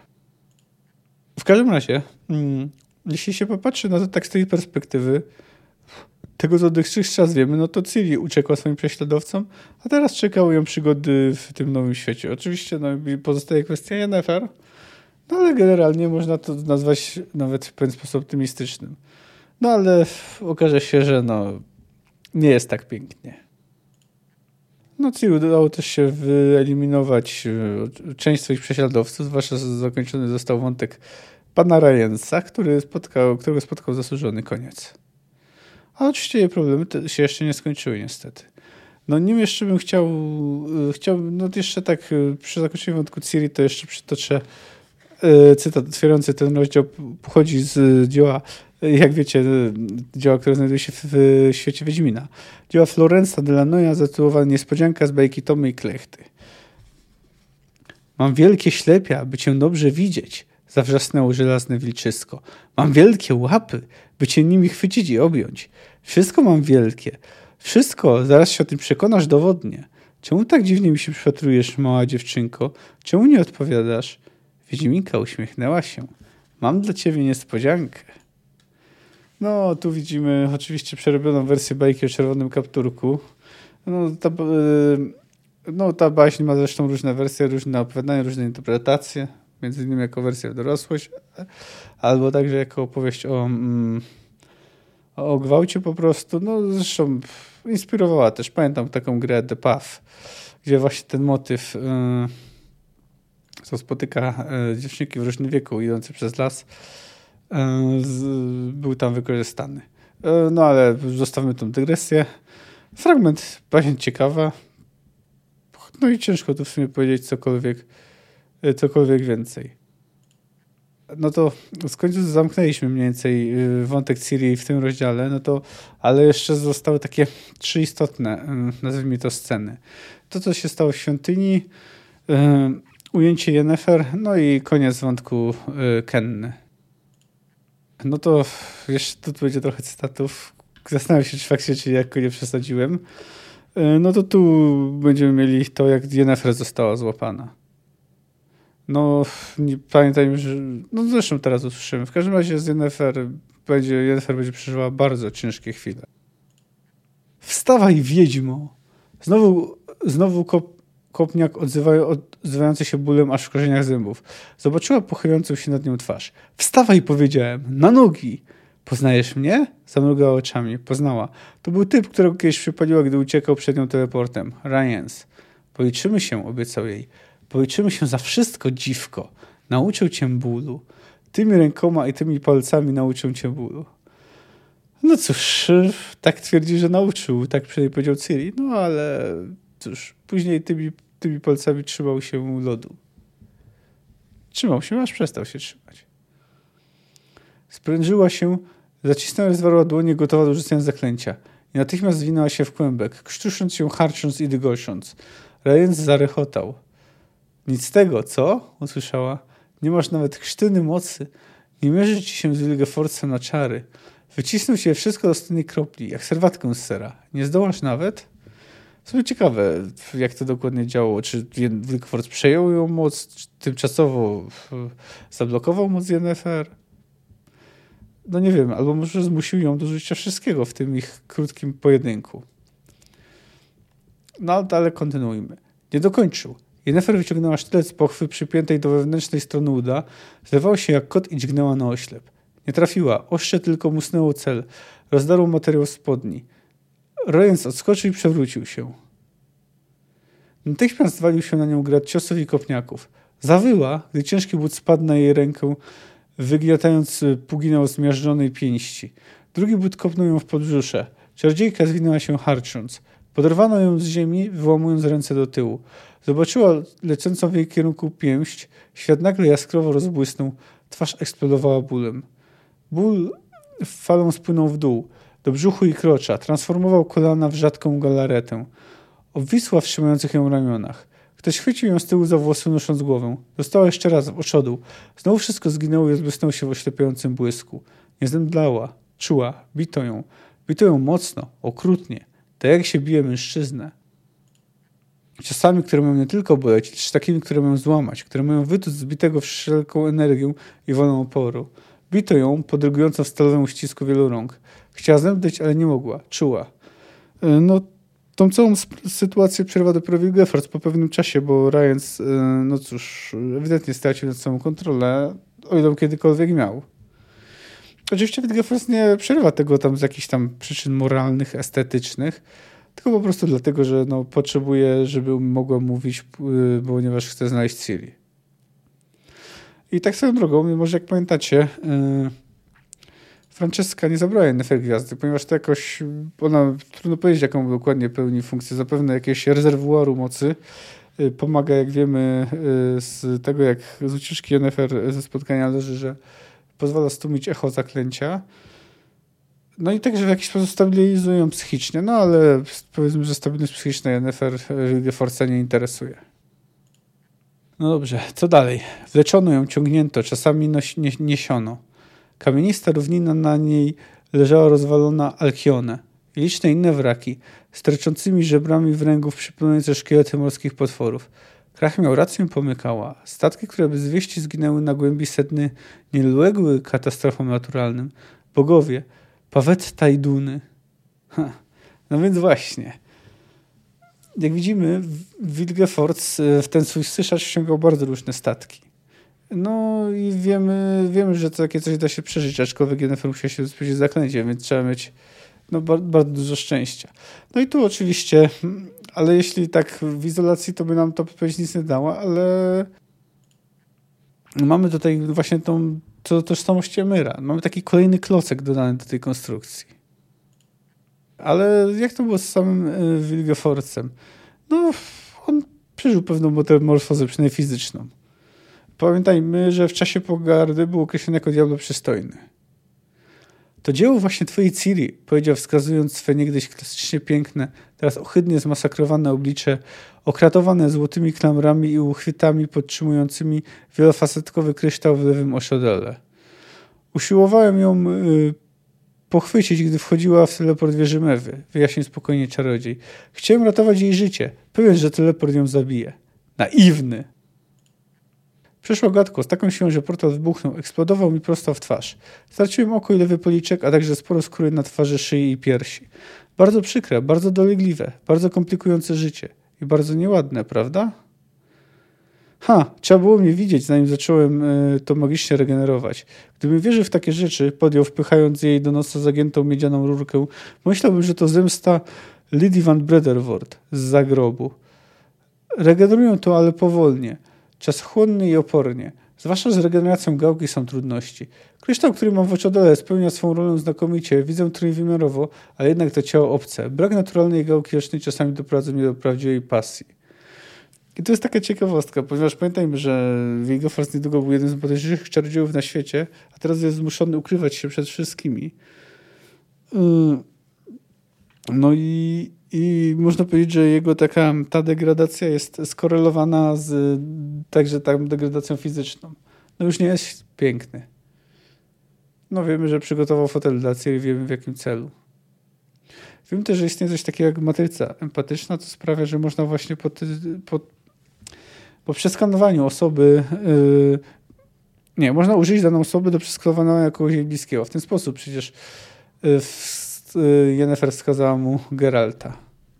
W każdym razie, mm, jeśli się popatrzy na to tak z tej perspektywy, tego co dotychczas wiemy, no to Ciri uciekła swoim prześladowcom, a teraz czekały ją przygody w tym nowym świecie. Oczywiście no, pozostaje kwestia Yennefer, no ale generalnie można to nazwać nawet w pewien sposób optymistycznym. No ale okaże się, że no, nie jest tak pięknie. No Ciri udało też się wyeliminować część swoich prześladowców, zwłaszcza zakończony został wątek pana Ryansa, który spotkał, którego spotkał zasłużony koniec. Ale oczywiście jej problemy te się jeszcze nie skończyły niestety. No nim jeszcze bym chciał, chciał no jeszcze tak przy zakończeniu wątku Ciri to jeszcze przytoczę cytat otwierający ten rozdział, pochodzi z dzieła, jak wiecie, dzieła, które znajduje się w świecie Wiedźmina. Dzieła Florensa Delanoya, zatytułowane Niespodzianka z bajki Tomy i Klechty. Mam wielkie ślepia, by cię dobrze widzieć, zawrzasnęło żelazne wilczysko. Mam wielkie łapy, by cię nimi chwycić i objąć. Wszystko mam wielkie. Wszystko, zaraz się o tym przekonasz dowodnie. Czemu tak dziwnie mi się przypatrujesz, mała dziewczynko? Czemu nie odpowiadasz? Wiedźminka uśmiechnęła się. Mam dla ciebie niespodziankę. No, tu widzimy oczywiście przerobioną wersję bajki o czerwonym kapturku. No ta, no, ta baśń ma zresztą różne wersje, różne opowiadania, różne interpretacje. Między innymi jako wersja w dorosłość, albo także jako opowieść o, mm, o gwałcie po prostu. No zresztą inspirowała też, pamiętam taką grę The Path, gdzie właśnie ten motyw yy, co spotyka yy, dziewczynki w różnym wieku idące przez las, yy, z, był tam wykorzystany. Yy, no ale zostawmy tą dygresję. Fragment baśń ciekawa. No i ciężko tu w sumie powiedzieć cokolwiek cokolwiek więcej. No to w końcu zamknęliśmy mniej więcej wątek Ciri w tym rozdziale, no to, ale jeszcze zostały takie trzy istotne, nazwijmy to, sceny. To, co się stało w świątyni, ujęcie Yennefer, no i koniec wątku Kenny. No to jeszcze tu będzie trochę cytatów. Zastanawiam się, czy faktycznie, czy jako nie przesadziłem. No to tu będziemy mieli to, jak Yennefer została złapana. No, nie pamiętajmy, że... No zresztą teraz usłyszymy. W każdym razie z Yennefer będzie, Yennefer będzie przeżyła bardzo ciężkie chwile. Wstawaj, wiedźmo! Znowu, znowu kop, kopniak odzywa, odzywający się bólem aż w korzeniach zębów. Zobaczyła pochylującą się nad nią twarz. Wstawaj, powiedziałem! Na nogi! Poznajesz mnie? Zamrugała oczami. Poznała. To był typ, którego kiedyś przypaliła, gdy uciekał przed nią teleportem. Ryans. Policzymy się, obiecał jej. Policzymy się za wszystko, dziwko. Nauczył cię bólu. Tymi rękoma i tymi palcami nauczył cię bólu. No cóż, tak twierdzi, że nauczył. Tak przynajmniej powiedział Ciri. No ale cóż, później tymi, tymi palcami trzymał się lodu. Trzymał się, aż przestał się trzymać. Sprężyła się, zacisnęła i zwarła dłonie, gotowa do rzucenia zaklęcia. I natychmiast zwinęła się w kłębek, krztusząc się, harcząc i dygosząc. Ryans zarechotał. Nic z tego, co? Usłyszała. Nie masz nawet krztyny mocy. Nie mierzy ci się z Wilgefortzem na czary. Wycisnął się wszystko do ostatniej kropli, jak serwatkę z sera. Nie zdołasz nawet? W sumie ciekawe, jak to dokładnie działało. Czy Wilgefortz przejął ją moc, czy tymczasowo zablokował moc Yennefer? No nie wiem, albo może zmusił ją do życia wszystkiego w tym ich krótkim pojedynku. No ale kontynuujmy. Nie dokończył. Yennefer wyciągnęła sztylet z pochwy przypiętej do wewnętrznej strony uda, zdawało się jak kot i dźgnęła na oślep. Nie trafiła, ostrze tylko musnęło cel. Rozdarło materiał spodni. Ryans odskoczył i przewrócił się. Natychmiast zwalił się na nią grad ciosów i kopniaków. Zawyła, gdy ciężki but spadł na jej rękę, wygniatając puginę zmiażdżonej pięści. Drugi but kopnął ją w podbrzusze. Czarodziejka zwinęła się harcząc. Poderwano ją z ziemi, wyłamując ręce do tyłu. Zobaczyła lecącą w jej kierunku pięść. Świat nagle jaskrowo rozbłysnął. Twarz eksplodowała bólem. Ból falą spłynął w dół, do brzuchu i krocza. Transformował kolana w rzadką galaretę. Obwisła w trzymających ją ramionach. Ktoś chwycił ją z tyłu za włosy, nosząc głowę. Dostała jeszcze raz w oczodu. Znowu wszystko zginęło i rozbłysnęło się w oślepiającym błysku. Nie zemdlała. Czuła. Bito ją. Bito ją mocno, okrutnie. Tak jak się bije mężczyznę. Ciosami, które mają nie tylko boleć, lecz takimi, które mają złamać, które mają wytuc zbitego wszelką energię i wolą oporu. Bito ją, podrygującą w stalowym uścisku wielu rąk. Chciała zemdleć, ale nie mogła. Czuła. No, tą całą sytuację przerwa dopiero Wilgefortz po pewnym czasie, bo Ryans, no cóż, ewidentnie stracił nad sobą kontrolę, o ile kiedykolwiek miał. Oczywiście Wilgefortz nie przerywa tego tam z jakichś tam przyczyn moralnych, estetycznych, tylko po prostu dlatego, że no, potrzebuje, żeby mogła mówić, ponieważ chce znaleźć Ciri. I tak swoją drogą, mimo że jak pamiętacie, yy, Franceska nie zabrała Yennefer gwiazdy, ponieważ to jakoś, ona, trudno powiedzieć, jaką dokładnie pełni funkcję, zapewne jakiegoś rezerwuaru mocy, yy, pomaga, jak wiemy, yy, z tego, jak z ucieczki Yennefer ze spotkania leży, że pozwala stłumić echo zaklęcia. No i także w jakiś sposób stabilizują psychicznie, no ale powiedzmy, że stabilność psychiczna Yennefer Wilgefortza nie interesuje. No dobrze, co dalej? Wleczono ją, ciągnięto, czasami noś, nie, niesiono. Kamienista równina, na niej leżała rozwalona Alkione i liczne inne wraki, sterczącymi żebrami wręgów przypominające szkielety morskich potworów. Krach miał rację, pomykała. Statki, które bez wieści zginęły na głębi Sedny, nie uległy katastrofom naturalnym. Bogowie, Pawetta i Duny. Ha. No więc właśnie. Jak widzimy, Wilgefortz w ten swój syszacz ściągał bardzo różne statki. No i wiemy, wiemy, że takie coś da się przeżyć, aczkolwiek Yennefer musiał się wyspać z zaklęciem, więc trzeba mieć no, bardzo dużo szczęścia. No i tu oczywiście, ale jeśli tak w izolacji, to by nam to powiedzieć nic nie dało, ale mamy tutaj właśnie tą to, tożsamość Emyra. Mamy taki kolejny klocek dodany do tej konstrukcji. Ale jak to było z samym Wilgefortzem? No, on przeżył pewną metamorfozę, przynajmniej fizyczną. Pamiętajmy, że w czasie pogardy był określony jako diablo przystojny. To dzieło właśnie twojej Ciri, powiedział, wskazując swe niegdyś klasycznie piękne, teraz ohydnie zmasakrowane oblicze, okratowane złotymi klamrami i uchwytami podtrzymującymi wielofacetkowy kryształ w lewym oszodele. Usiłowałem ją y, pochwycić, gdy wchodziła w teleport wieży Mewy, wyjaśnił spokojnie czarodziej. Chciałem ratować jej życie, pewien, że teleport ją zabije. Naiwny! Przeszło gładko, z taką siłą, że portal wybuchnął, eksplodował mi prosto w twarz. Straciłem oko i lewy policzek, a także sporo skóry na twarzy, szyi i piersi. Bardzo przykre, bardzo dolegliwe, bardzo komplikujące życie. I bardzo nieładne, prawda? Ha, trzeba było mnie widzieć, zanim zacząłem y, to magicznie regenerować. Gdybym wierzył w takie rzeczy, podjął wpychając jej do nosa zagiętą miedzianą rurkę, myślałbym, że to zemsta Lydii van Brederwoord z zagrobu. Regenerują to, ale powolnie, czasochłonnie i opornie. Zwłaszcza z regeneracją gałki są trudności. Kryształ, który mam w oczodole, spełnia swą rolę znakomicie, widzę trójwymiarowo, ale jednak to ciało obce. Brak naturalnej gałki ocznej czasami doprowadza mnie do prawdziwej pasji. I to jest taka ciekawostka, ponieważ pamiętajmy, że Wilgefortz niedługo był jednym z najpotężniejszych czarodziejów na świecie, a teraz jest zmuszony ukrywać się przed wszystkimi. No i, i można powiedzieć, że jego taka ta degradacja jest skorelowana z także tą degradacją fizyczną. No już nie jest piękny. No wiemy, że przygotował fotel dla Ciri, wiemy w jakim celu. Wiem też, że istnieje coś takiego jak matryca empatyczna, co sprawia, że można właśnie po, po, po przeskanowaniu osoby yy, nie, można użyć daną osobę do przeskanowania jakogoś jej bliskiego. W ten sposób przecież yy, yy, Yennefer wskazała mu Geralta.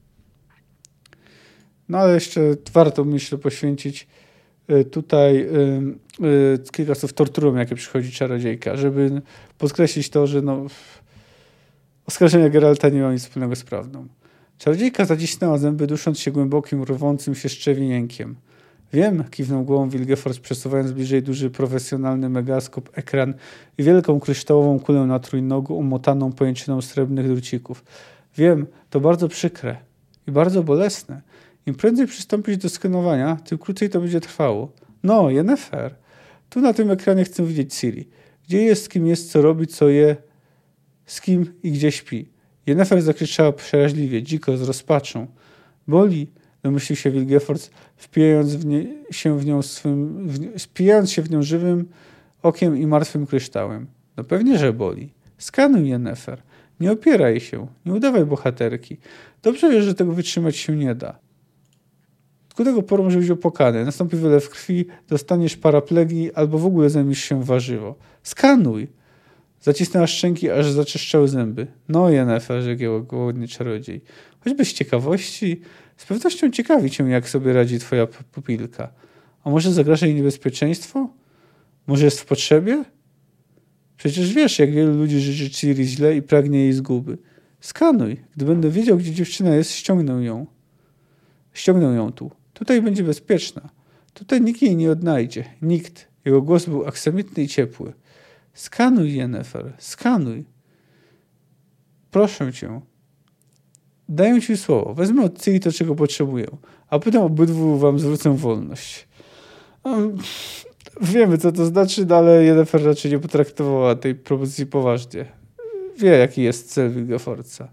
No ale jeszcze warto, myślę, poświęcić yy, tutaj yy, yy, kilka słów torturom, jakie przychodzi czarodziejka, żeby podkreślić to, że no oskarżenia Geralta nie mają nic wspólnego z prawdą. Czarodziejka zacisnęła zęby, dusząc się głębokim, rwącym się szczewienienkiem. Wiem, kiwnął głową Wilgefortz, przesuwając bliżej duży, profesjonalny megaskop, ekran i wielką kryształową kulę na trójnogu, umotaną pojęciną srebrnych drucików. Wiem, to bardzo przykre i bardzo bolesne. Im prędzej przystąpić do skanowania, tym krócej to będzie trwało. No, Yennefer. Tu na tym ekranie chcę widzieć Ciri. Gdzie jest, kim jest, co robi, co je, z kim i gdzie śpi. Yennefer zakrzyczała przeraźliwie, dziko, z rozpaczą. Boli, domyślił się Wilgefortz, wpijając w nie, się w nią swym, w, spijając się w nią żywym okiem i martwym kryształem. No pewnie, że boli. Skanuj, Yennefer. Nie opieraj się. Nie udawaj bohaterki. Dobrze wiesz, że tego wytrzymać się nie da. Skutek oporu może być opłakany. Nastąpi wylew krwi, dostaniesz paraplegii albo w ogóle zajmiesz się w warzywo. Skanuj! Zacisnęła szczęki, aż zaczeszczały zęby. No, Yennefer, rzekł głodny czarodziej. Choćby z ciekawości, z pewnością ciekawi cię, jak sobie radzi twoja pupilka. A może zagraża jej niebezpieczeństwo? Może jest w potrzebie? Przecież wiesz, jak wielu ludzi życzy Ciri źle i pragnie jej zguby. Skanuj. Gdy będę wiedział, gdzie dziewczyna jest, ściągnę ją. Ściągnę ją tu. Tutaj będzie bezpieczna. Tutaj nikt jej nie odnajdzie. Nikt. Jego głos był aksamitny i ciepły. Skanuj, Yennefer, skanuj. Proszę cię. Daję ci słowo. Wezmę od Ciri to, czego potrzebuję, a potem obydwu wam zwrócę wolność. Um, wiemy, co to znaczy, no, ale Yennefer raczej nie potraktowała tej propozycji poważnie. Wie, jaki jest cel Wilgefortza.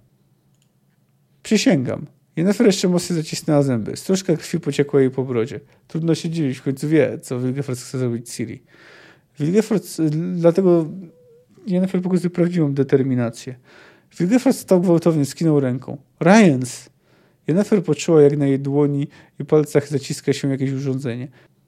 Przysięgam. Yennefer jeszcze mocniej zacisnęła zęby. Stróżka krwi pociekła jej po brodzie. Trudno się dziwić, w końcu wie, co Wilgefortz chce zrobić Ciri. Wilgefortz, dlatego Yennefer pokazuje prawdziwą determinację. Wilgefortz stał gwałtownie, skinął ręką. Ryans! Yennefer poczuła, jak na jej dłoni i palcach zaciska się jakieś urządzenie.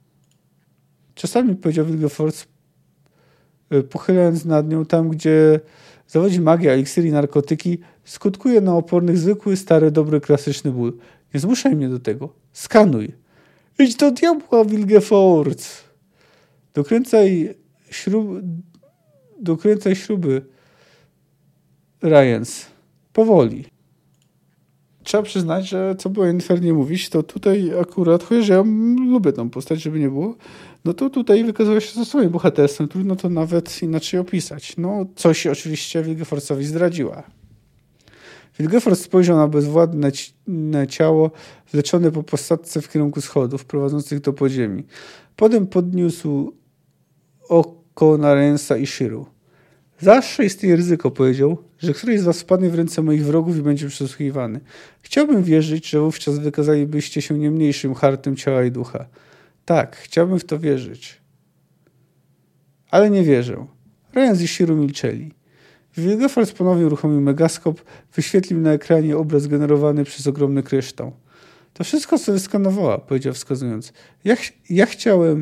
Czasami, powiedział Wilgefortz, pochylając nad nią tam, gdzie zawodzi magia, eliksiry i narkotyki, skutkuje na opornych zwykły, stary, dobry, klasyczny ból. Nie zmuszaj mnie do tego. Skanuj. Idź do diabła, Wilgefortz! Dokręcaj śruby, dokręcaj śruby, Ryans. Powoli. Trzeba przyznać, że co było Yennefer nie mówić, to tutaj akurat, chociaż ja lubię tą postać, żeby nie było, no to tutaj wykazała się ze swoim bohaterstwem. Trudno to nawet inaczej opisać. No, coś oczywiście Wilgefortzowi zdradziła. Wilgefortz spojrzał na bezwładne ciało wleczone po posadzce w kierunku schodów prowadzących do podziemi. Potem podniósł oko na Ryansa i Shiru. Zawsze istnieje ryzyko, powiedział, że któryś z was wpadnie w ręce moich wrogów i będzie przesłuchiwany. Chciałbym wierzyć, że wówczas wykazalibyście się nie mniejszym hartem ciała i ducha. Tak, chciałbym w to wierzyć. Ale nie wierzę. Ryans i Shiru milczeli. Wilgefortz ponownie uruchomił megaskop, wyświetlił na ekranie obraz generowany przez ogromny kryształ. To wszystko, co wyskanowała, powiedział wskazując. Ja, ch ja chciałem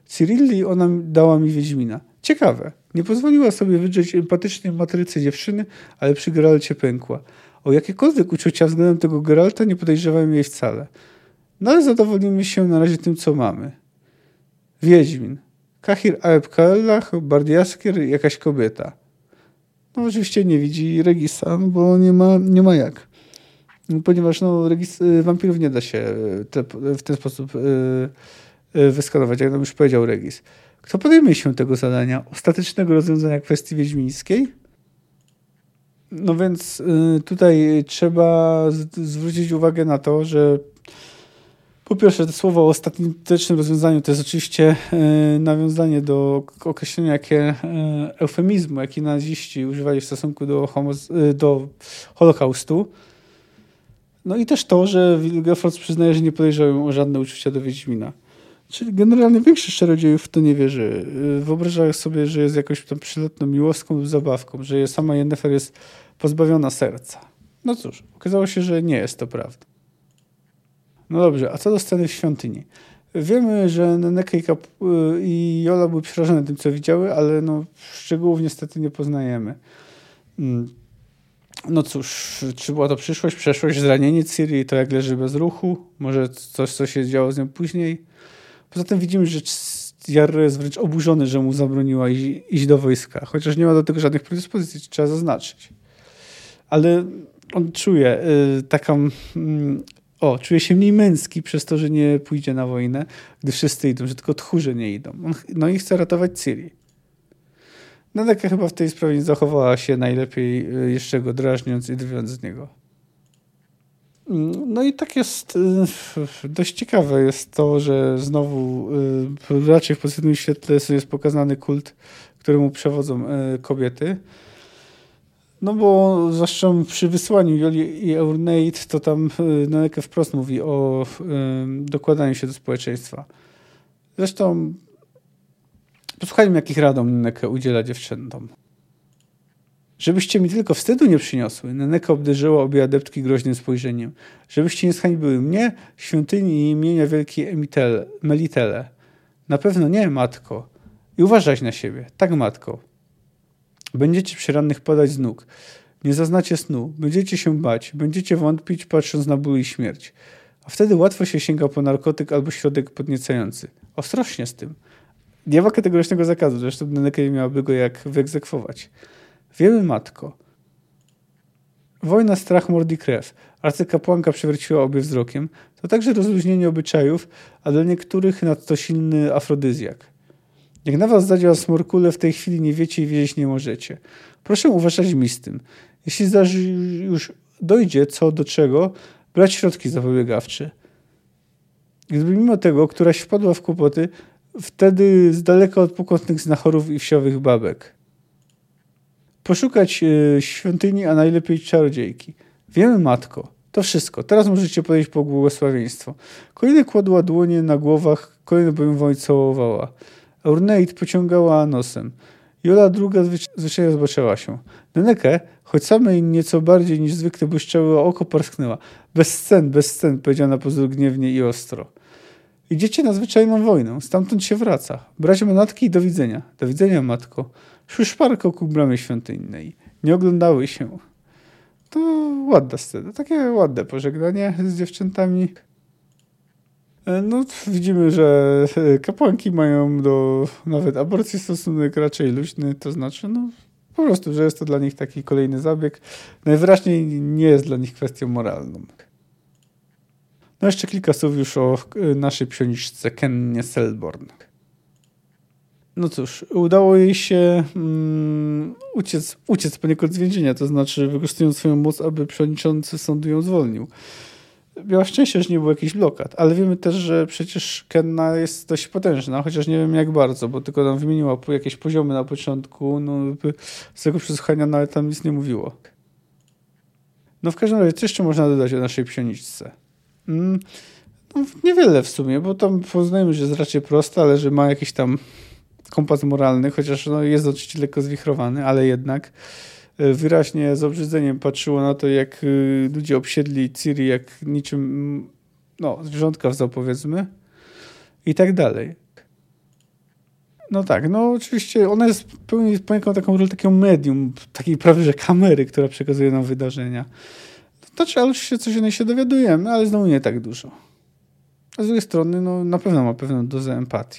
Cyrilli ona dała mi Wiedźmina. Ciekawe. Nie pozwoliła sobie wydrzeć empatycznej matrycy dziewczyny, ale przy Geralcie pękła. O jakiekolwiek uczucia względem tego Geralta nie podejrzewałem jej wcale. No ale zadowolimy się na razie tym, co mamy. Wiedźmin. Kahir Aeb Kaellach, Bardiaskier, jakaś kobieta. No oczywiście nie widzi Regisa, no bo nie ma, nie ma jak. Ponieważ no, Regis, wampirów nie da się te, w ten sposób yy, wyskanować, jak nam już powiedział Regis. Kto podejmie się tego zadania? Ostatecznego rozwiązania kwestii wiedźmińskiej? No więc yy, tutaj trzeba z- zwrócić uwagę na to, że po pierwsze, to słowo o ostatecznym rozwiązaniu to jest oczywiście e, nawiązanie do określenia, jakie e, eufemizmu, jaki naziści używali w stosunku do, homo, e, do Holokaustu. No i też to, że Wilgefortz przyznaje, że nie podejrzewają o żadne uczucia do Wiedźmina. Czyli generalnie większość czarodziejów w to nie wierzy. E, Wyobrażają sobie, że jest jakąś tam przylotną miłoską lub zabawką, że sama Yennefer jest pozbawiona serca. No cóż, okazało się, że nie jest to prawda. No dobrze, a co do sceny w świątyni? Wiemy, że Nenneke i, Kap- i Jola były przerażone tym, co widziały, ale no, szczegółów niestety nie poznajemy. No cóż, czy była to przyszłość, przeszłość, zranienie Ciri, to jak leży bez ruchu, może coś, co się działo z nią później. Poza tym widzimy, że Jarro jest wręcz oburzony, że mu zabroniła iść, iść do wojska, chociaż nie ma do tego żadnych predyspozycji, trzeba zaznaczyć. Ale on czuje y, taką... Y, O, czuje się mniej męski przez to, że nie pójdzie na wojnę, gdy wszyscy idą, że tylko tchórze nie idą. On, no i chce ratować Ciri. Nenneke chyba w tej sprawie nie zachowała się najlepiej, jeszcze go drażniąc i drwiąc z niego. No i tak jest, dość ciekawe jest to, że znowu raczej w pozytywnym świetle jest pokazany kult, któremu przewodzą kobiety. No bo zwłaszcza przy wysłaniu Joli i Euneit, to tam Nenneke wprost mówi o y, dokładaniu się do społeczeństwa. Zresztą posłuchajmy, jakich radom Nenneke udziela dziewczętom. Żebyście mi tylko wstydu nie przyniosły, Nenneke obderzyła obie adeptki groźnym spojrzeniem. Żebyście nie zhańbiły mnie, świątyni i imienia wielkiej Emitele, Melitele. Na pewno nie, matko. I uważać na siebie. Tak, matko. Będziecie przy rannych padać z nóg. Nie zaznacie snu. Będziecie się bać. Będziecie wątpić, patrząc na ból i śmierć. A wtedy łatwo się sięga po narkotyk albo środek podniecający. Ostrożnie z tym. Nie ma kategorycznego zakazu. Zresztą Nenneke nie miałaby go jak wyegzekwować. Wiemy, matko. Wojna, strach, mord i krew. Arcykapłanka przewróciła obie wzrokiem. To także rozluźnienie obyczajów, a dla niektórych nadto silny afrodyzjak. Jak na was zadziała smorkule, w tej chwili nie wiecie i wiedzieć nie możecie. Proszę uważać mi z tym. Jeśli zdarzy już dojdzie co do czego, brać środki zapobiegawcze. Gdyby mimo tego któraś wpadła w kłopoty, wtedy z daleka od pokutnych znachorów i wsiowych babek. Poszukać y, świątyni, a najlepiej czarodziejki. Wiemy, matko. To wszystko. Teraz możecie podejść po błogosławieństwo. Kolejne kładła dłonie na głowach, kolejne bowiem woń całowała. Euneit pociągała nosem. Jola druga zwyczajnie zobaczyła się. Nenneke, choć same nieco bardziej niż zwykle błyszczały oko, parsknęła. Bez scen, bez scen, powiedziała na pozór gniewnie i ostro. Idziecie na zwyczajną wojnę. Stamtąd się wraca. Brać manatki i do widzenia. Do widzenia, matko. Szły szparko ku bramie świątynnej. Nie oglądały się. To ładna scena. Takie ładne pożegnanie z dziewczętami. No, widzimy, że kapłanki mają do nawet aborcji stosunek raczej luźny, to znaczy, no, po prostu, że jest to dla nich taki kolejny zabieg. Najwyraźniej nie jest dla nich kwestią moralną. No, jeszcze kilka słów już o naszej psioniczce Kennie Selborn. No cóż, udało jej się um, uciec, uciec poniekąd z więzienia, to znaczy wykorzystując swoją moc, aby przewodniczący sądu ją zwolnił. Miała szczęście, że nie było jakichś blokad, ale wiemy też, że przecież Kenna jest dość potężna, chociaż nie wiem jak bardzo, bo tylko nam wymieniła jakieś poziomy na początku, no z tego przesłuchania nawet tam nic nie mówiło. No w każdym razie, co jeszcze można dodać o naszej psioniczce? Mm, no niewiele w sumie, bo tam poznajemy, że jest raczej prosta, ale że ma jakiś tam kompas moralny, chociaż no, jest oczywiście lekko zwichrowany, ale jednak wyraźnie z obrzydzeniem patrzyło na to, jak ludzie obsiedli Ciri jak niczym, no, zwierzątka wzał, powiedzmy, i tak dalej. No tak, no oczywiście ona jest pełni poniekąd taką rolę takiego medium, takiej prawie że kamery, która przekazuje nam wydarzenia. Znaczy, ale oczywiście coś o niej się dowiadujemy, ale znowu nie tak dużo. A z drugiej strony, no na pewno ma pewną dozę empatii.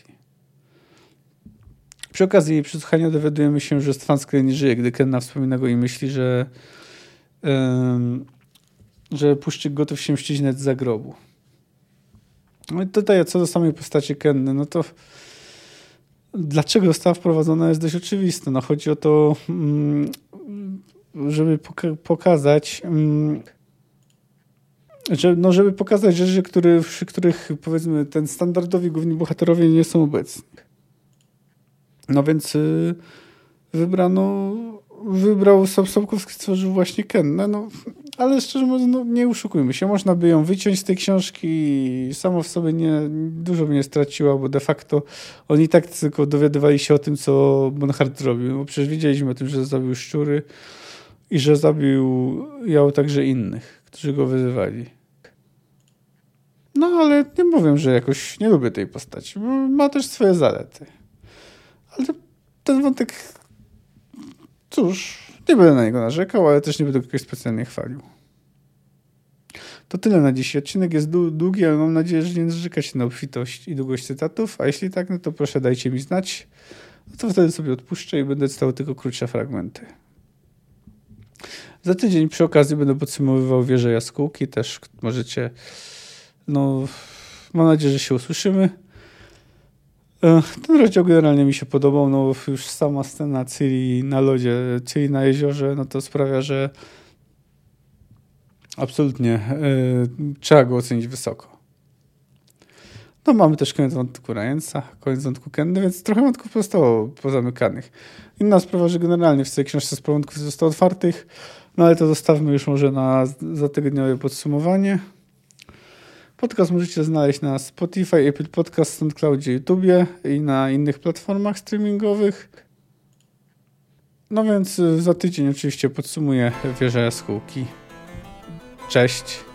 Przy okazji jej przesłuchania dowiadujemy się, że Stefan Skrell nie żyje, gdy Kenna wspomina go i myśli, że um, że Puszczyk gotów się mścić nawet za grobu. No i tutaj co do samej postaci Kenny, no to dlaczego została wprowadzona jest dość oczywiste. No chodzi o to, żeby pokazać, że, no żeby pokazać rzeczy, które, przy których powiedzmy ten standardowi główni bohaterowie nie są obecni. No więc wybrano, wybrał Sapkowski, stworzył właśnie Kennę, no ale szczerze mówiąc, no, nie oszukujmy się, można by ją wyciąć z tej książki i samo w sobie nie, dużo by nie straciła, bo de facto oni i tak tylko dowiadywali się o tym, co Bonhart robił, bo przecież wiedzieliśmy o tym, że zabił szczury i że zabił ją także innych, którzy go wyzywali. No ale nie mówię, że jakoś nie lubię tej postaci, bo ma też swoje zalety. Ale ten wątek, cóż, nie będę na niego narzekał, ale też nie będę jakoś specjalnie chwalił. To tyle na dziś. Odcinek jest długi, ale mam nadzieję, że nie narzeka się na obfitość i długość cytatów, a jeśli tak, no to proszę dajcie mi znać. No to wtedy sobie odpuszczę i będę czytał tylko krótsze fragmenty. Za tydzień przy okazji będę podsumowywał Wieże Jaskółki. Też możecie, no mam nadzieję, że się usłyszymy. Ten rozdział generalnie mi się podobał, no już sama scena Ciri na lodzie, Ciri na jeziorze, no to sprawia, że absolutnie yy, trzeba go ocenić wysoko. No mamy też koniec wątku Ryansa, koniec wątku Kenny, więc trochę wątków pozostało pozamykanych. Inna sprawa, że generalnie w tej książce sporo wątków zostało otwartych, no ale to zostawmy już może na zatygodniowe podsumowanie. Podcast możecie znaleźć na Spotify, Apple Podcast, SoundCloudzie, YouTubie i na innych platformach streamingowych. No więc za tydzień oczywiście podsumuję Wieże Jaskółki. Cześć!